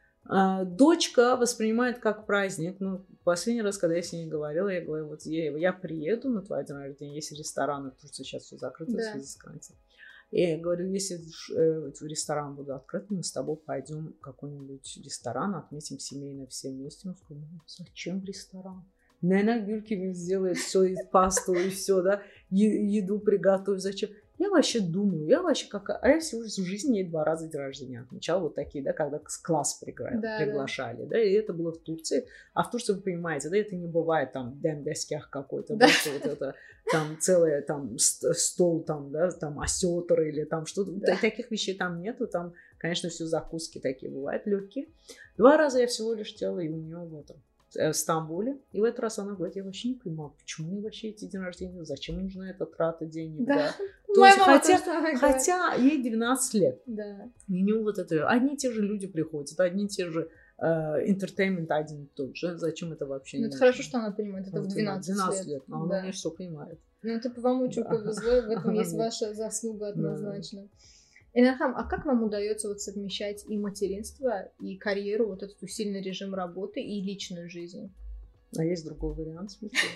Дочка воспринимает как праздник. Ну, последний раз, когда я с ней говорила, я говорю, вот я, я приеду на твой день рождения, если рестораны, потому что сейчас все закрыто да. в связи с карантином. И я говорю, если э, ресторан будет открыт, мы с тобой пойдем в какой-нибудь ресторан, отметим семейно все вместе. Он сказал, ну, зачем ресторан? Наверное, Гюльки сделает все, и пасту, и все, да, еду приготовить, зачем? Я вообще думаю, я вообще как... А я всего в жизни ей два раза день рождения отмечала, вот такие, да, когда класс пригла... да, приглашали, да. да, и это было в Турции. А в Турции, вы понимаете, да, это не бывает там дембескях какой-то, да, да вот это, там целый там стол, там, да, там осетр или там что-то. Да. Таких вещей там нету, там, конечно, все закуски такие бывают, легкие. Два раза я всего лишь делала, и у нее в этом. В Стамбуле. И в этот раз она говорит, я вообще не понимаю, почему мне вообще эти день рождения, зачем нужна эта трата денег, да. да? То есть, хотя, хотя ей двенадцать лет. Да. И у нее вот это, одни и те же люди приходят, одни и те же интертеймент uh, один и тот же. Зачем это вообще? Ну, это хорошо, что она понимает, это в двенадцать лет. двенадцать лет, но да. она не все понимает. Ну, это вам очень повезло, в этом есть ваша заслуга однозначно. Энархам, а как вам удается вот совмещать и материнство, и карьеру, вот этот усиленный режим работы и личную жизнь? А есть другой вариант, в смысле?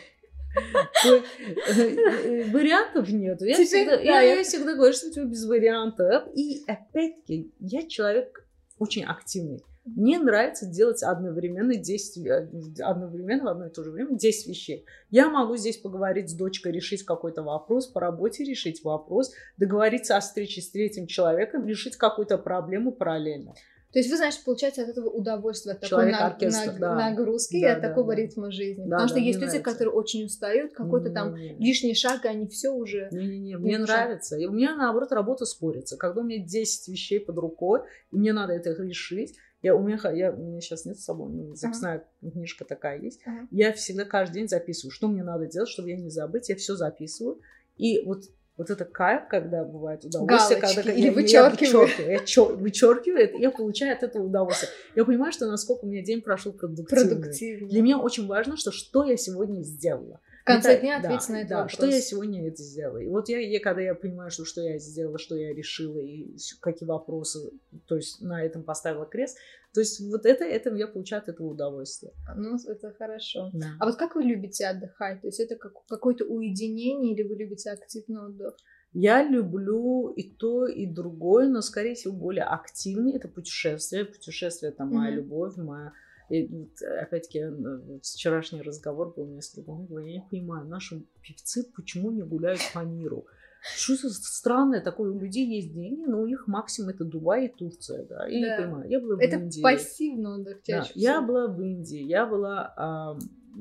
Вариантов нет. Я всегда говорю, что без вариантов. И опять-таки, я человек очень активный. Мне нравится делать одновременно десять, одновременно в одно и то же время десять вещей. Я могу здесь поговорить с дочкой, решить какой-то вопрос, по работе решить вопрос, договориться о встрече с третьим человеком, решить какую-то проблему параллельно. То есть вы, знаешь, получаете от этого удовольствие, от такой наг... наг... да. нагрузки, да, от да, такого да. ритма жизни. Да, Потому да, что есть люди, нравится. которые очень устают, какой-то не, там не, не. лишний шаг, и они все уже... Не-не-не, мне нравится. И у меня, наоборот, работа спорится. Когда у меня десять вещей под рукой, и мне надо это решить, Я, у, меня, я, у меня сейчас нет с собой, ну, записная uh-huh. книжка такая есть. Uh-huh. Я всегда каждый день записываю, что мне надо делать, чтобы я не забыть. Я все записываю. И вот, вот это кайф, когда бывает удовольствие. Галочки, когда или я, вычеркиваю. Я вычеркиваю, я вычеркиваю, я получаю от этого удовольствие. Я понимаю, что насколько у меня день прошел продуктивный. Продуктивно. Для меня очень важно, что, что я сегодня сделала. В конце это, дня ответить да, на этот да, вопрос. Что я сегодня это сделала. И вот я, я, когда я понимаю, что, что я сделала, что я решила, и какие вопросы, то есть на этом поставила крест, то есть вот это, это я получаю от этого удовольствие. Ну, это хорошо. Да. А вот как вы любите отдыхать? То есть это как, какое-то уединение или вы любите активный отдых? Я люблю и то, и другое, но, скорее всего, более активный. Это путешествие. Путешествие – это моя mm-hmm. любовь, моя... И, опять-таки, вчерашний разговор был у меня с другом. Я не понимаю, наши певцы почему не гуляют по миру? Что-то странное такое. У людей есть деньги, но у них максимум это Дубай и Турция. Да? Я да. не понимаю. Я была в это Индии. пассивно отдых чаще да. всего. Я была в Индии, я была,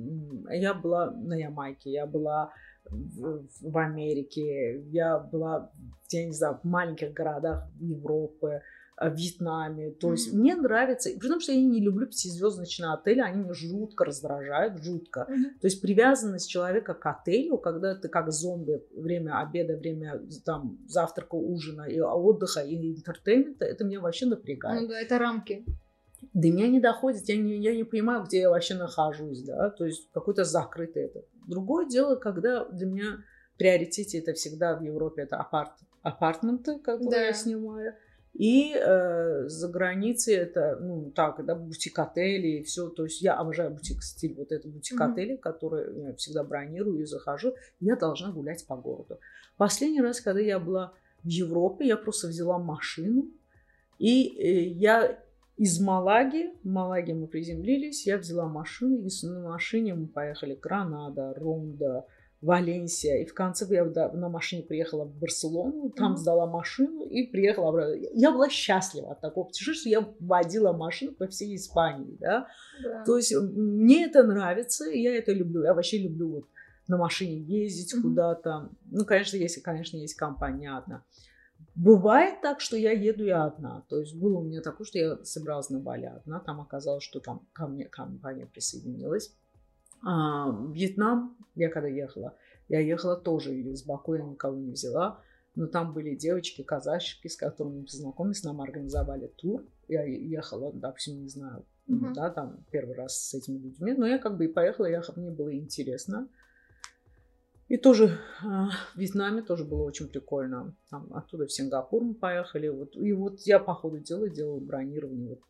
э, я была на Ямайке, я была в, в Америке, я была, я не знаю, в маленьких городах Европы, в Вьетнаме. То есть mm-hmm. мне нравится, при том, что я не люблю пятизвездочные отели, они меня жутко раздражают, жутко. Mm-hmm. То есть привязанность человека к отелю, когда ты как зомби, время обеда, время там завтрака, ужина, и отдыха, и интертеймента, это меня вообще напрягает. Ну да, это рамки. До меня не доходит, я не, я не понимаю, где я вообще нахожусь, да, то есть какой-то закрытый это. Другое дело, когда для меня в приоритете это всегда в Европе, это апарт, апартменты, которые да. я снимаю. И э, за границей это, ну, так, да, бутик-отели и все. То есть я обожаю бутик-стиль, вот это бутик-отели, mm-hmm. которые я всегда бронирую и захожу. Я должна гулять по городу. Последний раз, когда я была в Европе, я просто взяла машину. И э, я из Малаги, в Малаге мы приземлились, я взяла машину. И на машине мы поехали Гранада, Ронда, Валенсия. И в конце я на машине приехала в Барселону, там mm-hmm. сдала машину и приехала обратно. Я была счастлива от такого путешествия, что я водила машину по всей Испании. Да? Yeah. То есть мне это нравится, я это люблю. Я вообще люблю вот на машине ездить mm-hmm. куда-то. Ну, конечно, если, конечно, есть компания одна. Бывает так, что я еду и одна. То есть было у меня такое, что я собиралась на Бали одна. Там оказалось, что там ко мне компания присоединилась. А, Вьетнам, я когда ехала, я ехала тоже из Баку, я никого не взяла, но там были девочки, казачки, с которыми мы познакомились, нам организовали тур, я ехала, допустим, не знаю, mm-hmm. да, там первый раз с этими людьми, но я как бы и поехала, я, мне было интересно. И тоже а, в Вьетнаме тоже было очень прикольно, там, оттуда в Сингапур мы поехали, вот, и вот я по ходу дела делала бронирование вот,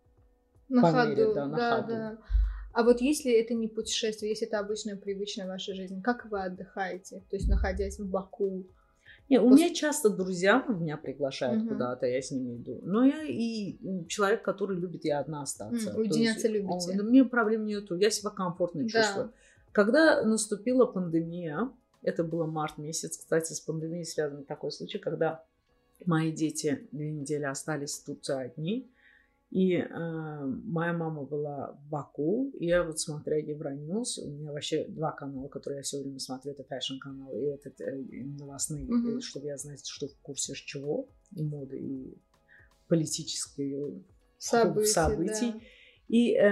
на по ходу, мере, да, на да, ходу. Да. А вот если это не путешествие, если это обычная, привычная ваша жизнь, как вы отдыхаете? То есть, находясь в Баку? Не, у Пос... меня часто друзья меня приглашают uh-huh. куда-то, я с ними иду. Но я и человек, который любит и одна остаться. Mm, уединяться есть, любите? Он, мне проблем нету, я себя комфортно да. чувствую. Когда наступила пандемия, это был март месяц, кстати, с пандемией связан такой случай, когда мои дети две недели остались в Турции одни. И э, моя мама была в Баку, и я вот смотря Евроньюз, у меня вообще два канала, которые я все время смотрю, это фэшн-канал и этот э, новостный, mm-hmm. чтобы я знать, что в курсе чего, и моды, и политических событий. событий. Да. И э,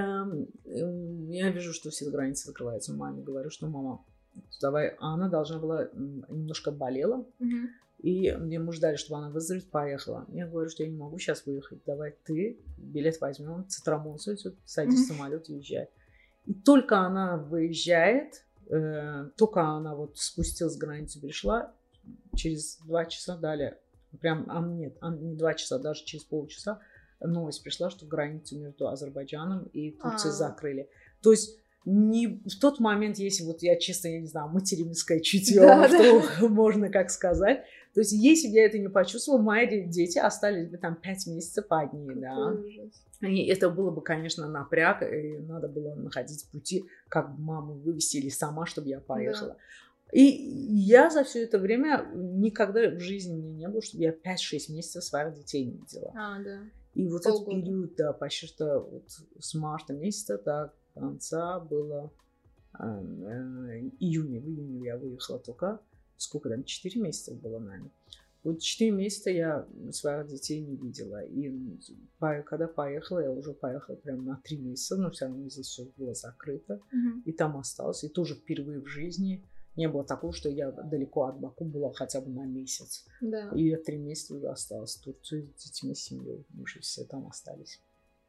э, я вижу, что все границы закрываются. Маме говорю, что мама, давай, а она должна была, немножко болела, mm-hmm. И мне муж дали, чтобы она выздоровеет, поехала. Я говорю, что я не могу сейчас выехать. Давай ты билет возьмем, цитрамонцию, садись в самолет и езжай. И только она выезжает, э, только она вот спустилась границу, перешла, через два часа дали, прям, а нет, а не два часа, даже через полчаса новость пришла, что границу между Азербайджаном и Турцией А-а-а. закрыли. То есть не в тот момент, если вот я чисто, я не знаю, материнское чутье, да, что да. можно как сказать. То есть если бы я это не почувствовала, мои дети остались бы там пять месяцев одни, какой да. Ужас. И это было бы, конечно, напряг, и надо было находить пути, как маму вывести или сама, чтобы я поехала. Да. И я за все это время никогда в жизни мне не было, чтобы я пять-шесть месяцев своих детей не видела. А, да. И вот Полгода. Этот период, да, почти что вот с марта месяца до конца было э, э, июня, в июне я выехала только. Сколько там, четыре месяца было, наверное. Вот четыре месяца я своих детей не видела. И когда поехала, я уже поехала прям на три месяца, но все равно здесь все было закрыто. Mm-hmm. И там осталась. И тоже впервые в жизни не было такого, что я далеко от Баку была хотя бы на месяц. Да. И я три месяца уже осталась в Турции с детьми, с семьей. Мы уже все там остались.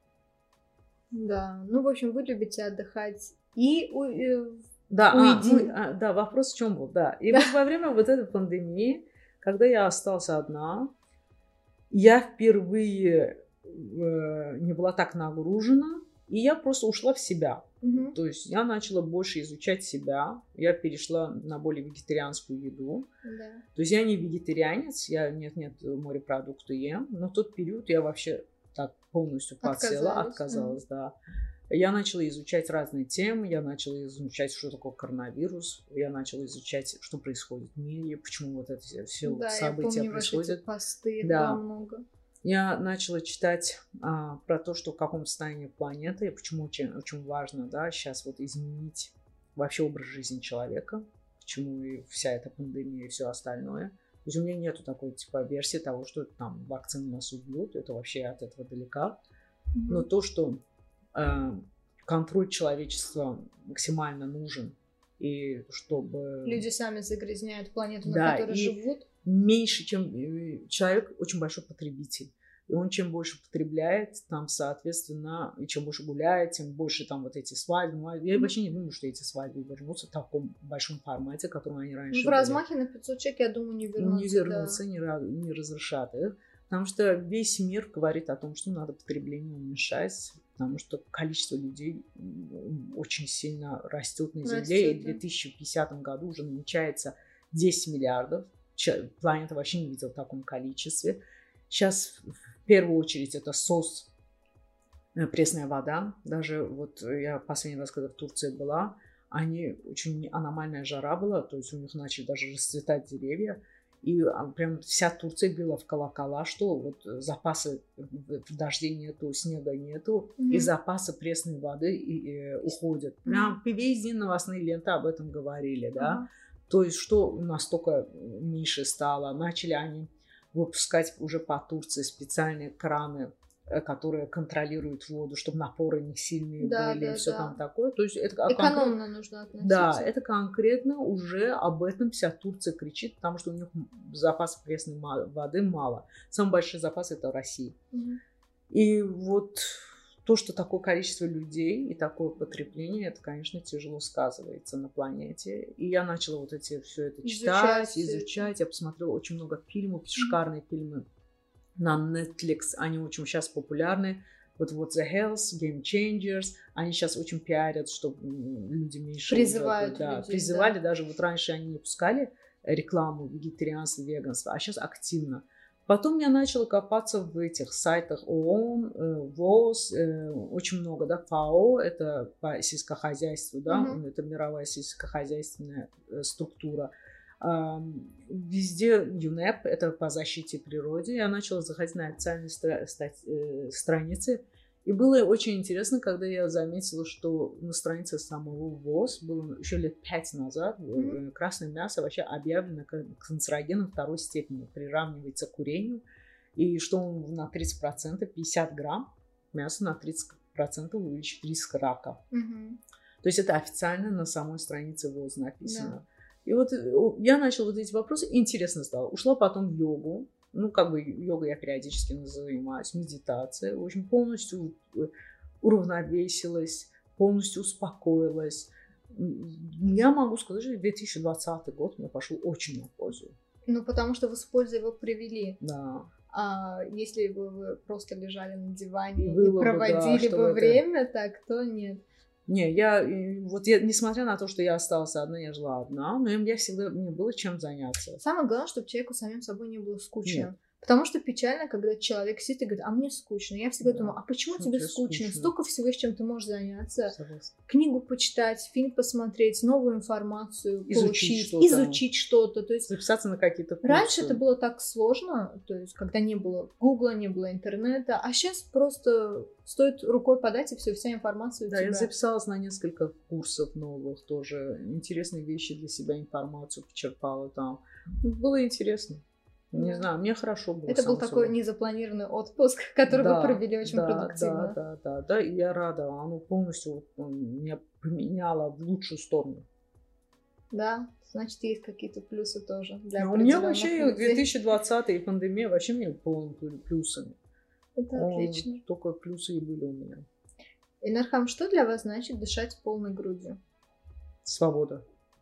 Да, ну, в общем, вы любите отдыхать и... Да, а, ну, а, да, вопрос в чем был, да. И да. вот во время вот этой пандемии, когда я осталась одна, я впервые э, не была так нагружена, и я просто ушла в себя. Угу. То есть я начала больше изучать себя, я перешла на более вегетарианскую еду. Да. То есть я не вегетарианец, я нет-нет морепродукты ем, но в тот период я вообще так полностью подсела, отказалась, отказалась угу. да. Я начала изучать разные темы, я начала изучать, что такое коронавирус, я начала изучать, что происходит в мире, почему вот это все да, события я помню происходят. Ваши посты, да. много. Я начала читать а, про то, что в каком состоянии планеты, и почему очень, очень важно, да, сейчас вот изменить вообще образ жизни человека, почему и вся эта пандемия и все остальное. То есть у меня нету такой типа версии того, что там вакцины нас убьют, это вообще от этого далека. Mm-hmm. Но то, что контроль человечества максимально нужен, и чтобы... Люди сами загрязняют планету, да, на которой и живут. Меньше, чем... Человек очень большой потребитель. И он чем больше потребляет, там, соответственно, и чем больше гуляет, тем больше там вот эти свадьбы. Я mm-hmm. вообще не думаю, что эти свадьбы вернутся в таком большом формате, которым они раньше ну, в были. размахе на пятьсот человек, я думаю, не вернутся. Не вернутся, да. не, не разрешат их. Потому что весь мир говорит о том, что надо потребление уменьшать, потому что количество людей очень сильно растет на Земле. Растет, и в две тысячи пятидесятом году уже намечается десять миллиардов. Планета вообще не видела в таком количестве. Сейчас в первую очередь это сос, пресная вода. Даже вот я последний раз, когда в Турции была, они очень аномальная жара была, то есть у них начали даже расцветать деревья. И прям вся Турция била в колокола, что вот запасы дождей нету, снега нету, mm-hmm. и запасы пресной воды и, и, уходят. Mm-hmm. Прям везде новостные ленты об этом говорили, да. Mm-hmm. То есть что настолько меньше стало. Начали они выпускать уже по Турции специальные краны, которые контролируют воду, чтобы напоры не сильные да, были, да, и все да. там такое. То есть это экономно конкрет... нужно относиться. Да, это конкретно уже об этом вся Турция кричит, потому что у них запас пресной воды мало. Самый большой запас это в России. Угу. И вот то, что такое количество людей и такое потребление, это, конечно, тяжело сказывается на планете. И я начала вот эти все это читать, изучать. изучать. Я посмотрела очень много фильмов, угу. шикарные фильмы. На Netflix они очень сейчас популярны. Вот вот The Health, Game Changers, они сейчас очень пиарят, чтобы люди меньше... Призывают уже, да, людей, призывали, да. Даже вот раньше они не пускали рекламу вегетарианства, веганства, а сейчас активно. Потом я начала копаться в этих сайтах ООН, ВОЗ, очень много, да, ФАО, это по сельскохозяйству, да, mm-hmm. это мировая сельскохозяйственная структура. Везде ЮНЕП, это по защите природы. Я начала заходить на официальные стра- стать- страницы. И было очень интересно, когда я заметила, что на странице самого ВОЗ было еще лет пять назад mm-hmm. красное мясо вообще объявлено канцерогеном второй степени, приравнивается к курению. И что он на тридцать процентов, пятьдесят грамм мяса на тридцать процентов увеличит риск рака. Mm-hmm. То есть это официально на самой странице ВОЗ написано. Yeah. И вот я начала вот эти вопросы, интересно стало. Ушла потом в йогу. Ну, как бы йога я периодически занимаюсь, медитация. В общем, полностью уравновесилась, полностью успокоилась. Я могу сказать, что две тысячи двадцатый год мне пошел очень на пользу. Ну, потому что вы с пользой его привели. Да. А если бы вы просто лежали на диване и, и проводили бы, да, бы это... время, так то нет. Не, я, вот я, несмотря на то, что я осталась одна, я жила одна, но я всегда, мне было чем заняться. Самое главное, чтобы человеку самим собой не было скучно. Нет. Потому что печально, когда человек сидит и говорит, а мне скучно. Я всегда да. думаю, а почему, почему тебе скучно? скучно? Столько всего, с чем ты можешь заняться. Согласна. Книгу почитать, фильм посмотреть, новую информацию изучить получить, что-то. изучить что-то. То есть записаться на какие-то курсы. Раньше это было так сложно, то есть когда не было Гугла, не было интернета, а сейчас просто стоит рукой подать, и все, вся информация у да, тебя. Я записалась на несколько курсов новых тоже. Интересные вещи для себя, информацию почерпала там. Было интересно. Не да. знаю, мне хорошо было. Это был такой собой. Незапланированный отпуск, который да, вы провели очень да, продуктивно. Да, да, да, да, и я рада. Оно полностью меня поменяло в лучшую сторону. Да, значит, есть какие-то плюсы тоже. Для ну, у меня вообще людей. две тысячи двадцатый и пандемия вообще мне полон плюсами. Это Он, отлично. Только плюсы и были у меня. Эльнархам, что для вас значит дышать полной грудью? Свобода.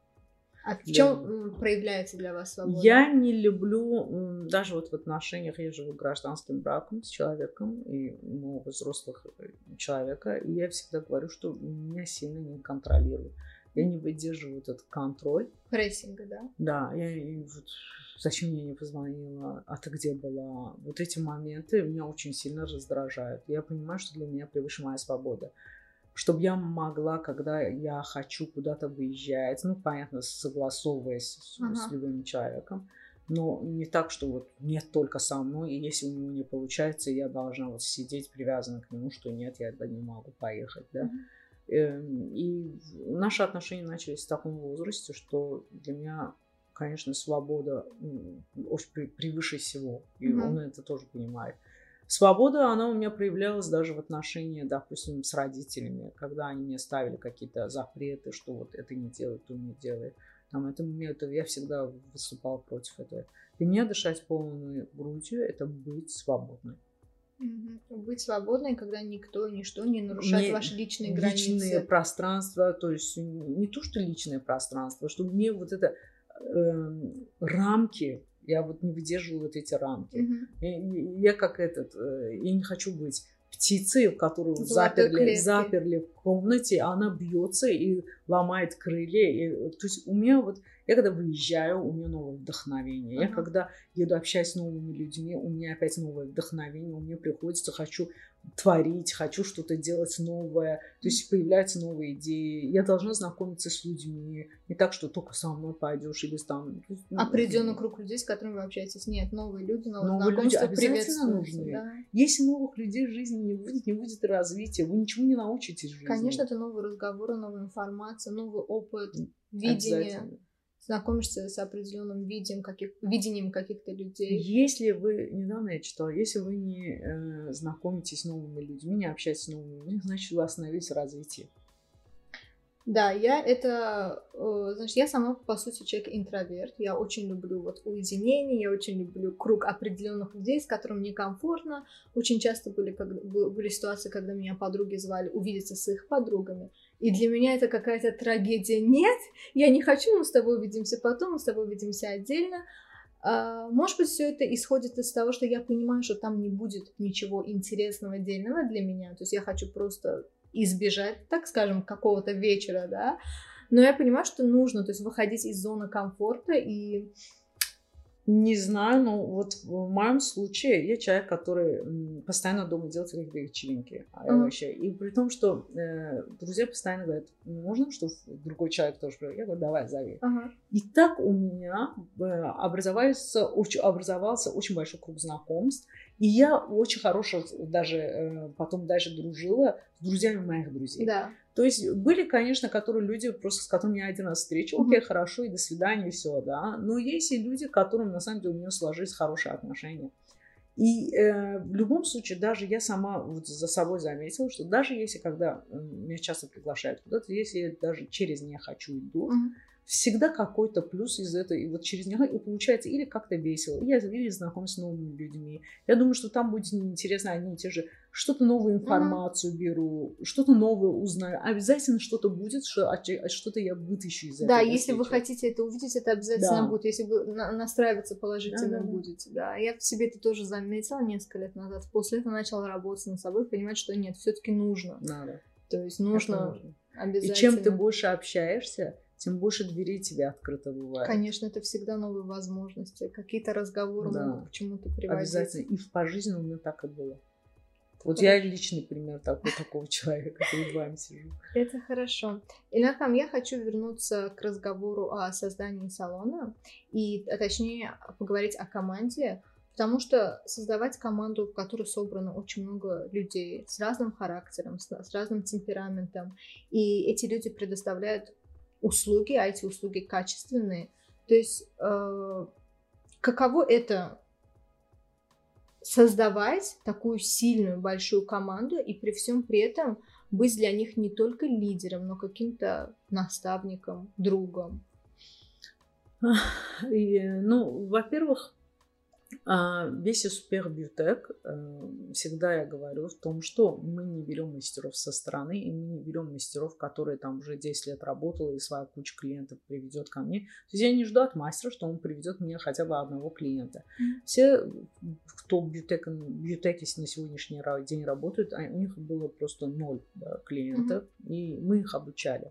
А в чем для... проявляется для вас свобода? Я не люблю, даже вот в отношениях, я живу гражданским браком с человеком, и ну, взрослых человека, и я всегда говорю, что меня сильно не контролируют. Я не выдерживаю этот контроль. Прессинга, да? Да, я и вот зачем мне не позвонила, а ты где была? Вот эти моменты меня очень сильно раздражают. Я понимаю, что для меня превыше моя свобода. Чтобы я могла, когда я хочу куда-то выезжать, ну, понятно, согласовываясь с, ага. с любым человеком, но не так, что вот нет только со мной, и если у него не получается, я должна вот сидеть привязана к нему, что нет, я не могу поехать, да. Uh-huh. И наши отношения начались в таком возрасте, что для меня, конечно, свобода превыше всего, и uh-huh. он это тоже понимает. Свобода, она у меня проявлялась даже в отношении, допустим, с родителями, когда они мне ставили какие-то запреты, что вот это не делай, то не делай. Там, это, это, я всегда выступала против этого. Для меня дышать полной грудью – это быть свободной. Угу. Быть свободной, когда никто, ничто не нарушает не, ваши личные границы. Личное пространство, то есть не то, что личное пространство, что мне вот это э, рамки Я вот не выдерживаю вот эти рамки. Mm-hmm. Я, я как этот, я не хочу быть птицей, которую заперли, заперли в комнате, она бьется и ломает крылья. И, то есть у меня вот, я когда выезжаю, у меня новое вдохновение. Uh-huh. Я когда еду, общаюсь с новыми людьми, у меня опять новое вдохновение, у меня приходится, хочу творить, хочу что-то делать новое, то есть появляются новые идеи. Я должна знакомиться с людьми, не так, что только со мной пойдешь или там... Определенный ну, круг людей, с которыми вы общаетесь. Нет, новые люди, новые, новые люди обязательно нужны. Да. Если новых людей в жизни не будет, не будет развития, вы ничему не научитесь в жизни. Конечно, это новые разговоры, новая информация, новый опыт, видение. Знакомишься с определенным видением, каких, видением каких-то людей. Если вы, недавно я читала, если вы не э, знакомитесь с новыми людьми, не общаетесь с новыми людьми, значит, вы остановились в развитии. Да, я это, э, значит, я сама, по сути, человек-интроверт. Я очень люблю вот уединение, я очень люблю круг определенных людей, с которыми мне комфортно. Очень часто были, когда, были ситуации, когда меня подруги звали увидеться с их подругами. И для меня это какая-то трагедия. Нет, я не хочу, мы с тобой увидимся потом, мы с тобой увидимся отдельно. А, может быть, все это исходит из того, что я понимаю, что там не будет ничего интересного, отдельного для меня. То есть я хочу просто избежать, так скажем, какого-то вечера, да. Но я понимаю, что нужно, то есть выходить из зоны комфорта и... Не знаю, но вот в моем случае я человек, который постоянно дома делает какие-то вечеринки. Uh-huh. Вообще. И при том, что э, друзья постоянно говорят, можно, что другой человек тоже придет? Я говорю, давай, зови. Uh-huh. И так у меня э, образовался, очень, образовался очень большой круг знакомств. И я очень хорошо даже э, потом даже дружила с друзьями моих друзей. Да. То есть были, конечно, которые люди, просто с которыми я один раз встречу, окей, mm-hmm. хорошо, и до свидания, и все, да. Но есть и люди, которым, на самом деле, у меня сложились хорошие отношения. И э, в любом случае, даже я сама вот за собой заметила, что даже если, когда э, меня часто приглашают куда-то, если я даже через «не хочу» иду, mm-hmm. всегда какой-то плюс из этого, и вот через него и получается или как-то весело, или я или знакомлюсь с новыми людьми. Я думаю, что там будет неинтересно одни и те же, что-то новую информацию mm-hmm. беру, что-то новое узнаю. Обязательно что-то будет, что, что-то я вытащу из этого. Да, если вы хотите это увидеть, это обязательно да. будет, если вы на- настраиваться положительно да, да, будете. Да. Я в себе это тоже заметила несколько лет назад. После этого начала работать над собой, понимать, что нет, все-таки нужно. Надо. То есть нужно, нужно. Обязательно. И чем ты больше общаешься, тем больше дверей тебе открыто бывает. Конечно, это всегда новые возможности. Какие-то разговоры да. могут к чему-то приводить. Обязательно. И по жизни у меня так и было. Вот хорошо. Я личный пример такой, такого человека, перед вами сижу. Это хорошо. Ильнар, я хочу вернуться к разговору о создании салона. И, а точнее, поговорить о команде. Потому что создавать команду, в которой собрано очень много людей с разным характером, с, с разным темпераментом. И эти люди предоставляют услуги, а эти услуги качественные. То есть э, каково это создавать такую сильную большую команду и при всем при этом быть для них не только лидером, но каким-то наставником, другом? И, ну, во-первых, весь успех Бьютек, всегда я говорю в том, что мы не берем мастеров со стороны, и мы не берем мастеров, которые там уже десять лет работала и своя куча клиентов приведет ко мне. То есть я не жду от мастера, что он приведет мне хотя бы одного клиента. Mm-hmm. Все, кто в Бьютек, Бьютеке на сегодняшний день работают, у них было просто ноль да, клиентов, mm-hmm. и мы их обучали.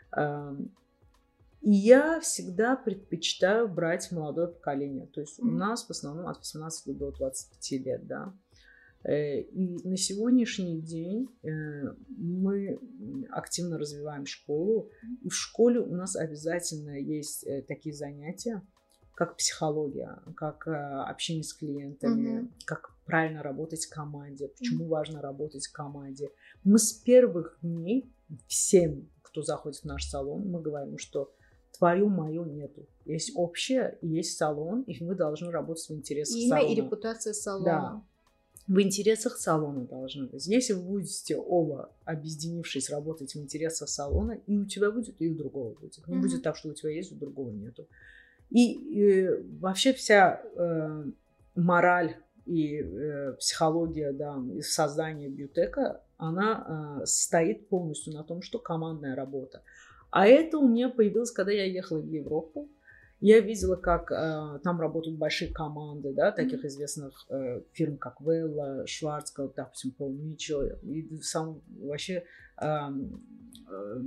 И я всегда предпочитаю брать молодое поколение. То есть mm-hmm. у нас в основном от восемнадцати до двадцати пяти лет, да. И на сегодняшний день мы активно развиваем школу. И в школе у нас обязательно есть такие занятия, как психология, как общение с клиентами, mm-hmm. как правильно работать в команде, почему mm-hmm. важно работать в команде. Мы с первых дней всем, кто заходит в наш салон, мы говорим, что твое, мое нету. Есть общее, и есть салон, и мы должны работать в интересах Имя салона. Имя и репутация салона. Да. В интересах салона должны быть. Если вы будете оба, объединившись, работать в интересах салона, и у тебя будет, и у другого будет. Не mm-hmm. будет так, что у тебя есть, у другого нету. И, и вообще вся э, мораль и э, психология да, и создания Бьютека, она э, стоит полностью на том, что командная работа. А это у меня появилось, когда я ехала в Европу. Я видела, как э, там работают большие команды, да, таких mm-hmm. известных э, фирм, как Вэлла, Шварцкопф, допустим, Пол Митчелл. И сам вообще э, э,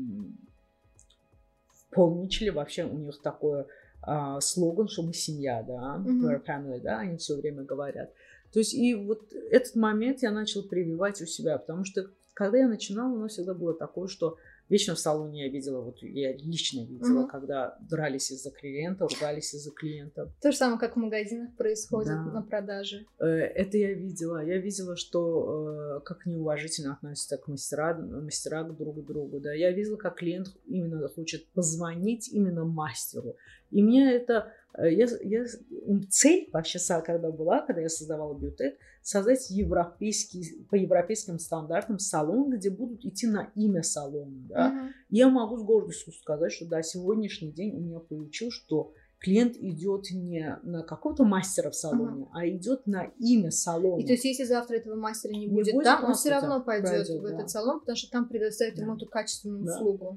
Пол Митчелл, вообще у них такой э, слоган, что мы семья, да, mm-hmm. we're family, да, они все время говорят. То есть и вот этот момент я начала прививать у себя, потому что когда я начинала, у нас всегда было такое, что вечно в салоне я видела, вот я лично видела, mm-hmm. когда дрались из-за клиента, ругались из-за клиента. То же самое, как в магазинах происходит да. на продаже. Это я видела. Я видела, что как неуважительно относятся к мастера, мастера друг к другу. Да. Я видела, как клиент именно хочет позвонить именно мастеру. И мне это... Я, я, цель вообще, когда была, когда я создавала Бьютек, создать европейский, по европейским стандартам салон, где будут идти на имя салона. Да? Uh-huh. Я могу с гордостью сказать, что да, сегодняшний день у меня получилось, что клиент идет не на какого-то мастера в салоне, uh-huh. а идет на имя салона. И то есть, если завтра этого мастера не, не будет, будет там, он все равно пойдет, пойдет в да. этот салон, потому что там предоставят да. ему эту качественную да. услугу.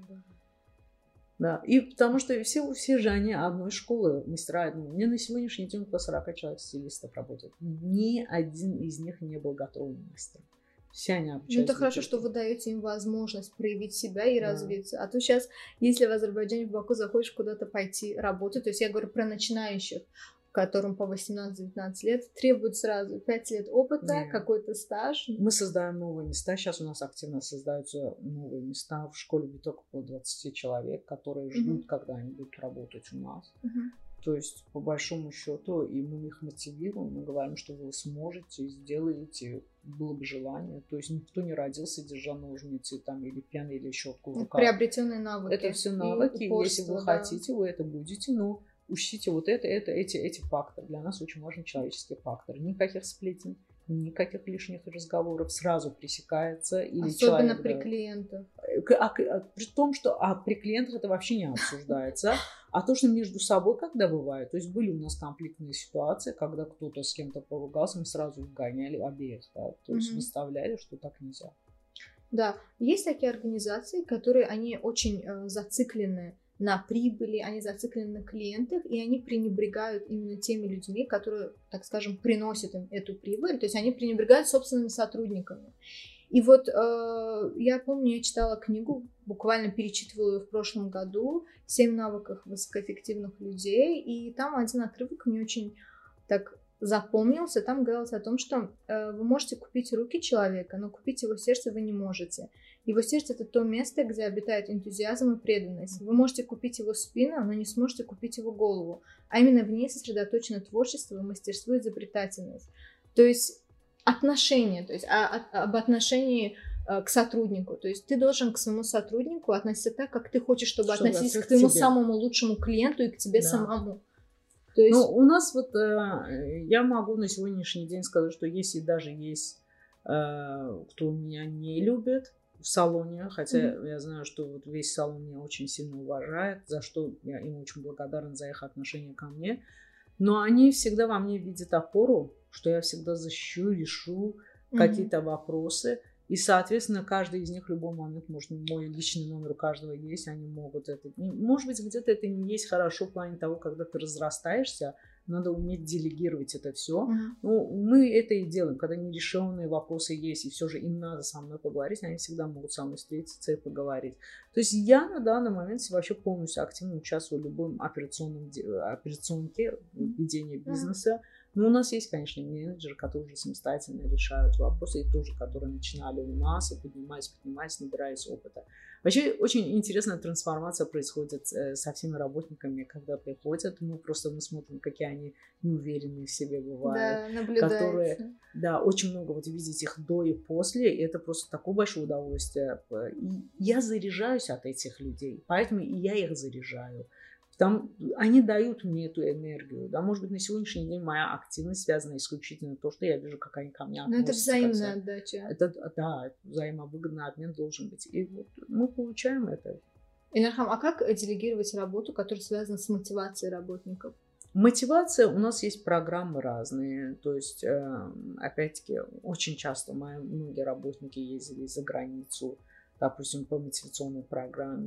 Да, и потому что все, все же они одной школы, мастера. У меня на сегодняшний день около сорок человек стилистов работает. Ни один из них не был готовым мастером. Все они обучаются. Ну, это хорошо, что вы даете им возможность проявить себя и да. развиться. А то сейчас, если в Азербайджане, в Баку захочешь куда-то пойти работать, то есть я говорю про начинающих, которым по восемнадцать-девятнадцать лет, требует сразу пять лет опыта, Нет. какой-то стаж. Мы создаем новые места. Сейчас у нас активно создаются новые места. В школе Биток около двадцать человек, которые ждут, uh-huh. когда они будут работать у нас. Uh-huh. То есть, по большому счету, и мы их мотивируем, мы говорим, что вы сможете, сделаете, было бы желание. То есть никто не родился, держа ножницы там, или пен, или щетку в руках. Приобретенные навыки. Это все навыки. Если вы да. хотите, вы это будете, но учтите вот это, это, эти, эти факторы. Для нас очень важен человеческий фактор. Никаких сплетен, никаких лишних разговоров. Сразу пресекается. Или особенно человек, при да, клиентах. А, а, при том, что а при клиентах это вообще не обсуждается. А то, что между собой, когда бывает, то есть были у нас конфликтные ситуации, когда кто-то с кем-то поругался, мы сразу вгоняли обеих. Да, то есть mm-hmm. выставляли, что так нельзя. Да, есть такие организации, которые, они очень э, зациклены на прибыли, они зациклены на клиентах, и они пренебрегают именно теми людьми, которые, так скажем, приносят им эту прибыль, то есть они пренебрегают собственными сотрудниками. И вот э, я помню, я читала книгу, буквально перечитывала ее в прошлом году, «Семь навыков высокоэффективных людей», и там один отрывок мне очень так запомнился, там говорилось о том, что э, вы можете купить руки человека, но купить его сердце вы не можете. Его сердце — это то место, где обитает энтузиазм и преданность. Вы можете купить его спину, но не сможете купить его голову. А именно в ней сосредоточено творчество, мастерство и изобретательность. То есть отношения, то есть а, а, об отношении а, к сотруднику. То есть ты должен к своему сотруднику относиться так, как ты хочешь, чтобы, чтобы относиться к твоему тебе. самому лучшему клиенту и к тебе да. самому. То есть... Ну, у нас вот, э, я могу на сегодняшний день сказать, что если даже есть, э, кто меня не любит в салоне, хотя mm-hmm. я знаю, что вот весь салон меня очень сильно уважает, за что я им очень благодарна за их отношение ко мне, но они всегда во мне видят опору, что я всегда защищу, решу mm-hmm. какие-то вопросы. И, соответственно, каждый из них в любой момент, может, мой личный номер у каждого есть, они могут это... Может быть, где-то это не есть хорошо в плане того, когда ты разрастаешься, надо уметь делегировать это все. Mm-hmm. Ну, мы это и делаем, когда нерешенные вопросы есть, и все же им надо со мной поговорить, они всегда могут со мной встретиться и поговорить. То есть я на данный момент вообще полностью активно участвую в любом операционном операционке ведения бизнеса. Но у нас есть, конечно, менеджеры, которые уже самостоятельно решают вопросы, и тоже, которые начинали у нас, и поднимались, поднимались, набираясь опыта. Вообще, очень интересная трансформация происходит со всеми работниками, когда приходят. Мы просто мы смотрим, какие они неуверенные в себе бывают. Да, наблюдается. Которые, да, очень много вот видеть их до и после. И это просто такое большое удовольствие. И я заряжаюсь от этих людей, поэтому и я их заряжаю. Там, они дают мне эту энергию. Да? Может быть, на сегодняшний день моя активность связана исключительно с тем, что я вижу, как они ко мне относятся. Но это взаимная отдача. Это, да, взаимовыгодный обмен должен быть. И вот мы получаем это. Ильнархам, а как делегировать работу, которая связана с мотивацией работников? Мотивация, у нас есть программы разные. То есть, опять-таки, очень часто мои многие работники ездили за границу, допустим, по мотивационной программе.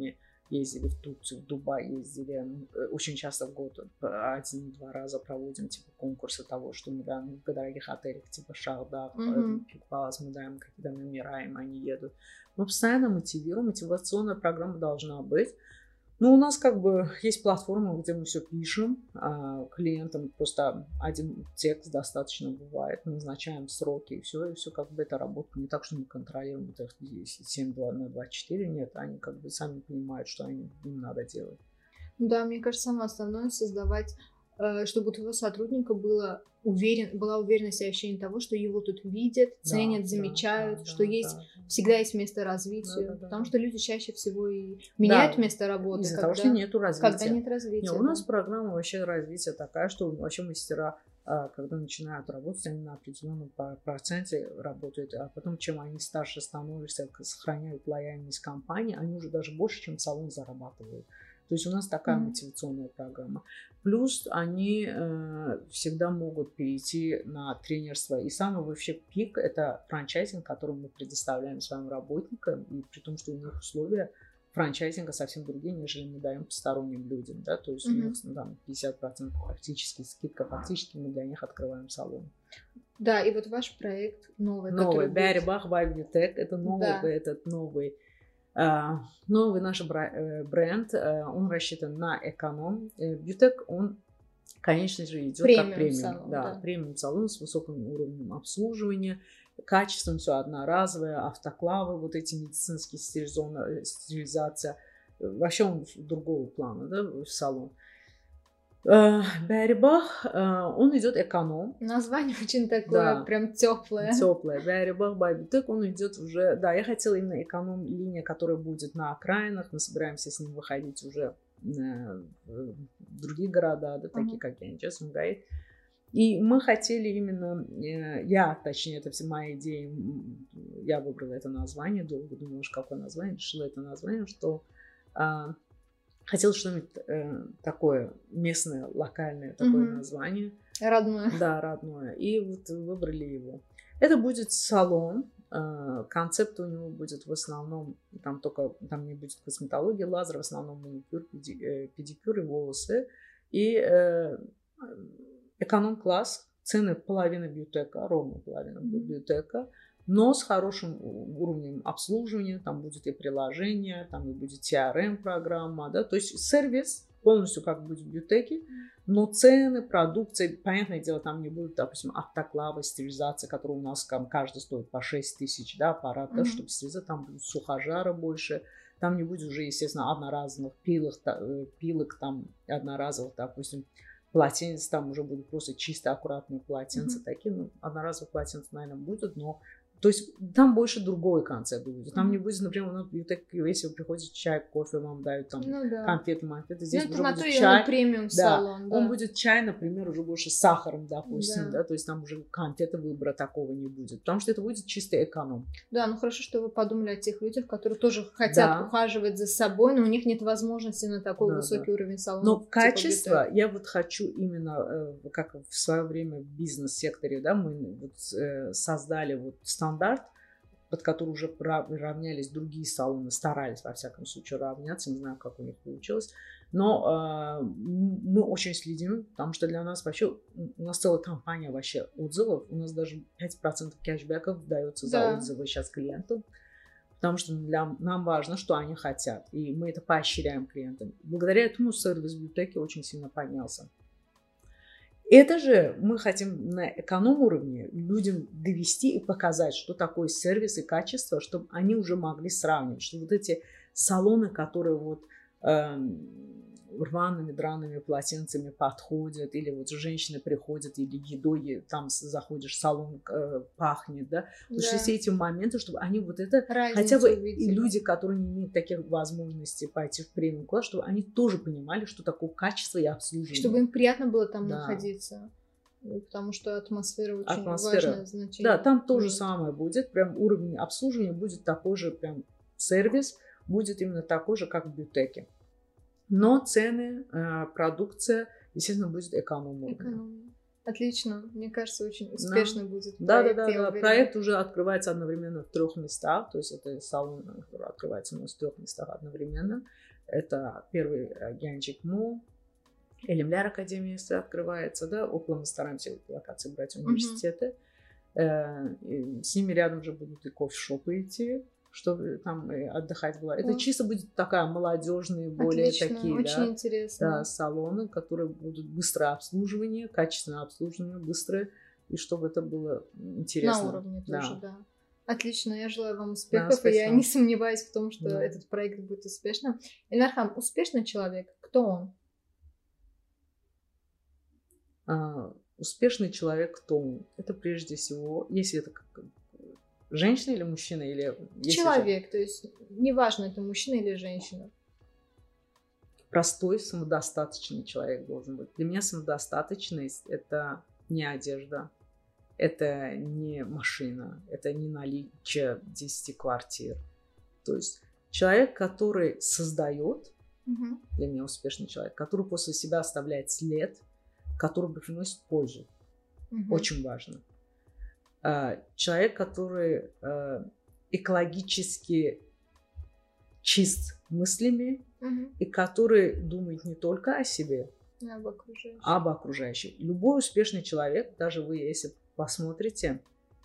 ездили в Турцию, в Дубай ездили. Очень часто в год, один-два раза проводим типа конкурсы того, что мы даем в дорогих отелях, типа Шардах, Мгм. Пик Палас, мы даем какие-то номера, им они едут. Мы постоянно мотивируем, мотивационная программа должна быть. Ну, у нас как бы есть платформа, где мы все пишем, а клиентам просто один текст достаточно бывает, мы назначаем сроки, и все, и все как бы это работает. Не так, что мы контролируем это семь на двадцать четыре, нет, они как бы сами понимают, что они, им надо делать. Да, мне кажется, самое основное создавать, э, чтобы у твоего сотрудника было уверен, была уверенность и ощущение того, что его тут видят, ценят, Да, замечают, да, что да, есть, да, да. всегда есть место развитию, Да, да, да, потому да. что люди чаще всего и меняют Да, место работы, из-за когда, того, что нету развития. когда нет развития. Не, у да. нас программа вообще развития такая, что вообще мастера, а, когда начинают работать, они на определенном по- проценте работают, а потом, чем они старше становятся, к- сохраняют лояльность компании, они уже даже больше, чем в салон зарабатывают. То есть у нас такая Мгм. мотивационная программа. Плюс они э, всегда могут перейти на тренерство. И самый вообще пик – это франчайзинг, который мы предоставляем своим работникам, и при том, что у них условия франчайзинга совсем другие, нежели мы даем посторонним людям, да, то есть Мгм. у них ну, там пятьдесят процентов практически скидка, фактически мы для них открываем салон. Да, и вот ваш проект новый, Новый, который будет- Берибах Бабитек, это новый, Да. этот новый, а, новый наш бра- э, бренд, э, он рассчитан на эконом. Э, Бьютек, он, конечно же, идет Премиум как премиум, салон, да, да. премиум салон с высоким уровнем обслуживания, качеством все одноразовое, автоклавы, вот эти медицинские стерилизона- стерилизация. Вообще он другого плана, да, салон. Берибах, он идет эконом. Название очень такое, Да. прям теплое. Теплая. Берибах, Бабитек, он идет уже... Да, я хотела именно эконом-линия, которая будет на окраинах. Мы собираемся с ним выходить уже э, в другие города, да, такие Ага. как Янча, Сумгай. И мы хотели именно... э, Я, точнее, это все мои идеи. м, Я выбрала это название, долго думала, что какое название. Решила это название, что... а, Хотела что-нибудь э, такое местное, локальное такое Мгм. название. Родное. Да, родное. И вот выбрали его. Это будет салон. э, Концепт у него будет в основном, там только, там не будет косметологии, лазер, в основном маникюр, педи- э, педикюр и волосы. И э, эконом-класс, цены половины бьютека, ровно половина Мгм. бьютека, но с хорошим у- уровнем обслуживания, там будет и приложение, там и будет ти ар эм-программа, да, то есть сервис полностью как будет в бьютеке, но цены, продукция, понятное дело, там не будет, допустим, автоклавы, стерилизация, которая у нас там каждый стоит по шесть тысяч, да, аппарат, да, Мгм. чтобы стерилизовать, там будет сухожара больше, там не будет уже, естественно, одноразовых пилок, та- э, пилок там одноразовых, допустим, полотенец, там уже будут просто чисто аккуратные полотенца Мгм. такие, ну, одноразовых полотенец, наверное, будет, но то есть там больше другой концепт будет. Там Мгм. не будет, например, у нас в бьютеке, если вы приходите, чай, кофе вам дают, там Ну да. конфеты, манфеты. Здесь Ну, это уже на будет то и чай. он премиум Да, салон, да. он будет чай, например, уже больше с сахаром, допустим, Да. да, то есть там уже конфеты выбора такого не будет, потому что это будет чистый эконом. Да, ну хорошо, что вы подумали о тех людях, которые тоже хотят Да. ухаживать за собой, но у них нет возможности на такой Да, высокий да. уровень салона. Но качество, я вот хочу именно, э, как в свое время в бизнес-секторе, да, мы вот, э, создали вот стандарт, под который уже прав- равнялись другие салоны, старались, во всяком случае, равняться, не знаю, как у них получилось, но э, м- мы очень следим, потому что для нас вообще, у нас целая компания вообще отзывов, у нас даже пять процентов кэшбэков дается за Да. отзывы сейчас клиентам, потому что для, нам важно, что они хотят, и мы это поощряем клиентам. Благодаря этому сервис в бьютеке очень сильно поднялся. Это же мы хотим на эконом-уровне людям довести и показать, что такое сервис и качество, чтобы они уже могли сравнивать, что вот эти салоны, которые вот эм, рваными драными полотенцами подходят, или вот женщины приходят, или едой там заходишь в салон, э, пахнет, да, потому что Да. все эти моменты, чтобы они вот это, Разницу хотя бы и увидели. люди, которые не имеют таких возможностей пойти в премиум класс, чтобы они тоже понимали, что такое качество и обслуживание. Чтобы им приятно было там Да. находиться. Ну, потому что атмосфера очень Атмосфера. важное значение. Да, там то же имеет. самое будет, прям уровень обслуживания будет такой же, прям сервис будет именно такой же, как в бьютеке. Но цены, э, продукция, естественно, будет эконом. Экономно. Отлично. Мне кажется, очень успешно будет Да, проект. да, да, я да. уверена. Проект уже открывается одновременно в трех местах, то есть это салон, который открывается у нас в трех местах одновременно. Это первый э, Гянчик Му, Элемляр Академия открывается, да, около мы стараемся эти локации брать университеты. Mm-hmm. С ними рядом же будут и кофе-шопы идти, чтобы там отдыхать было. Это oh. чисто будет такая молодежные, более Отлично, такие, очень да, интересно. Да, салоны, которые будут быстрое обслуживание, качественное обслуживание, быстрое, и чтобы это было интересно. На уровне да. тоже, да. Отлично, я желаю вам успехов, да, и я не сомневаюсь в том, что да. этот проект будет успешным. Эльнархан, успешный человек, кто он? А, успешный человек, кто он? Это прежде всего, если это как женщина или мужчина, или... Человек, это... то есть неважно, это мужчина или женщина. Простой, самодостаточный человек должен быть. Для меня самодостаточность – это не одежда, это не машина, это не наличие десяти квартир. То есть человек, который создает, угу. для меня успешный человек, который после себя оставляет след, который приносит пользу. Угу. Очень важно. Человек, который экологически чист мыслями, угу. и который думает не только о себе, а об окружающих. об окружающих. Любой успешный человек, даже вы, если посмотрите,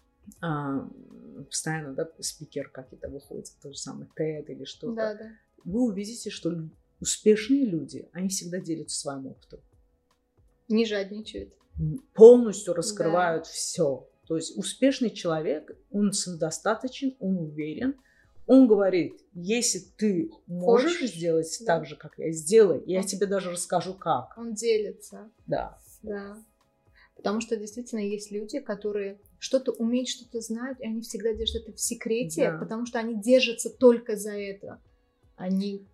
постоянно, да, спикер какие-то выходят, тот же самый тед или что-то, да, да. вы увидите, что успешные люди, они всегда делятся своим опытом. Не жадничают. Полностью раскрывают да. все. То есть успешный человек, он самодостаточен, он уверен, он говорит, если ты можешь Хочешь? сделать да. так же, как я, сделай, я он... тебе даже расскажу, как. Он делится. Да. Да. Потому что действительно есть люди, которые что-то умеют, что-то знают, и они всегда держат это в секрете, да. потому что они держатся только за это. Они...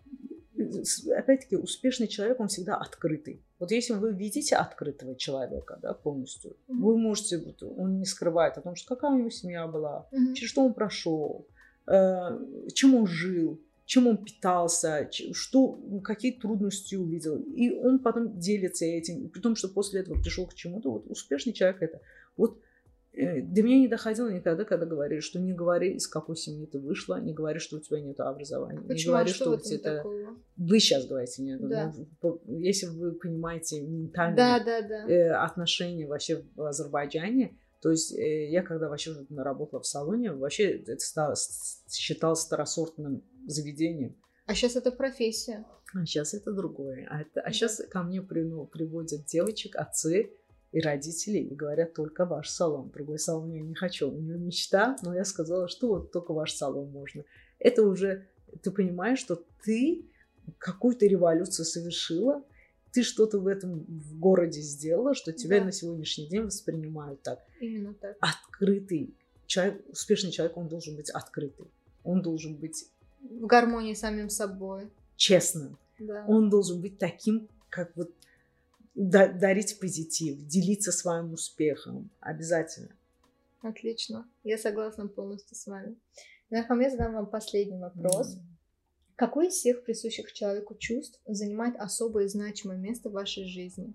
Опять-таки, успешный человек, он всегда открытый. Вот если вы видите открытого человека, да, полностью, mm-hmm. вы можете, вот, он не скрывает о том, что какая у него семья была, mm-hmm. через что он прошел, э, чем он жил, чем он питался, что, какие трудности увидел. И он потом делится этим, при том, что после этого пришел к чему-то. Вот успешный человек это. Вот э, до меня не доходило никогда, когда говорили, что не говори, из какой семьи ты вышла, не говори, что у тебя нет образования. Почему? Не говори, а что, что это... Такого? Вы сейчас говорите нет. Да. Но, если вы понимаете ментальные да, да, да. Э, отношения вообще в Азербайджане, то есть э, я когда вообще работала в салоне, вообще это стало, считалось второсортным заведением. А сейчас это профессия. А сейчас это другое. А, это, а да. сейчас ко мне при, ну, приводят девочек, отцы и родители и говорят, только ваш салон. Другой салон я не хочу. У нее мечта, но я сказала, что вот только ваш салон можно. Это уже, ты понимаешь, что ты какую-то революцию совершила, ты что-то в этом в городе сделала, что тебя да. на сегодняшний день воспринимают так. Именно так. Открытый человек, успешный человек, он должен быть открытый. Он должен быть в гармонии с самим собой. Честным. Да. Он должен быть таким, как вот да, дарить позитив, делиться своим успехом. Обязательно. Отлично. Я согласна полностью с вами. Эльнархан, я задам вам последний вопрос. Mm. Какое из всех присущих человеку чувств занимает особое и значимое место в вашей жизни?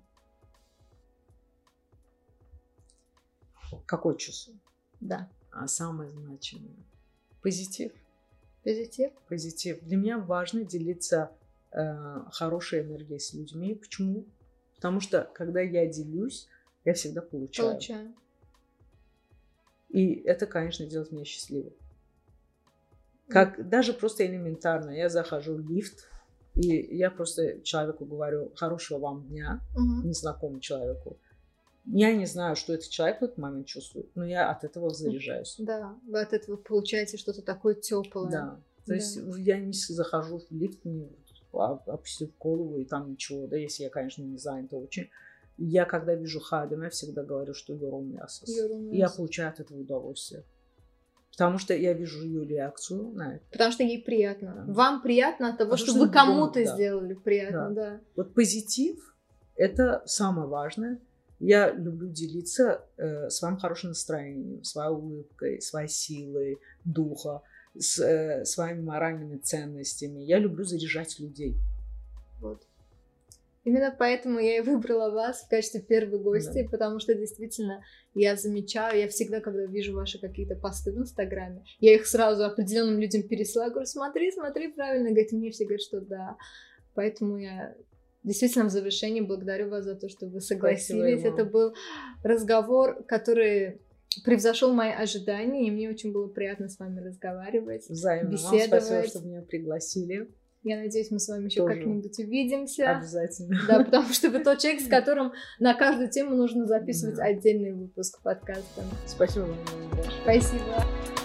Какое чувство? Да. А самое значимое? Позитив. Позитив? Позитив. Для меня важно делиться э, хорошей энергией с людьми. Почему? Потому что, когда я делюсь, я всегда получаю. Получаю. И это, конечно, делает меня счастливой. Как даже просто элементарно. Я захожу в лифт, и я просто человеку говорю хорошего вам дня, угу. незнакомому человеку. Я не знаю, что этот человек в этот момент чувствует, но я от этого заряжаюсь. Да, вы от этого получаете что-то такое теплое. Да. То да. есть я не захожу в лифт, не опустив голову и там ничего, да, если я, конечно, не занята очень. Я, когда вижу хадима, я всегда говорю, что yorulmayasız. И я получаю от этого удовольствие. Потому что я вижу ее реакцию на это. Потому что ей приятно. Да. Вам приятно от того, а что, что вы кому-то да. сделали приятно. Да. Да. Вот позитив – это самое важное. Я люблю делиться э, своим хорошим настроением, своей улыбкой, своей силой духа, с, э, своими моральными ценностями. Я люблю заряжать людей. Вот. Именно поэтому я и выбрала вас в качестве первой гости, Да. потому что действительно я замечаю, я всегда, когда вижу ваши какие-то посты в Инстаграме, я их сразу определенным людям пересылаю, говорю, смотри, смотри, правильно, говорит, мне все говорят, что да. Поэтому я действительно в завершении благодарю вас за то, что вы согласились. Спасибо и вам. Это был разговор, который превзошел мои ожидания, и мне очень было приятно с вами разговаривать, Взаимно. Вам беседовать. спасибо, что меня пригласили. Я надеюсь, мы с вами еще Тоже. как-нибудь увидимся. Обязательно. Да, потому что вы тот человек, с которым на каждую тему нужно записывать Да. отдельный выпуск подкаста. Спасибо вам, Даша. Спасибо.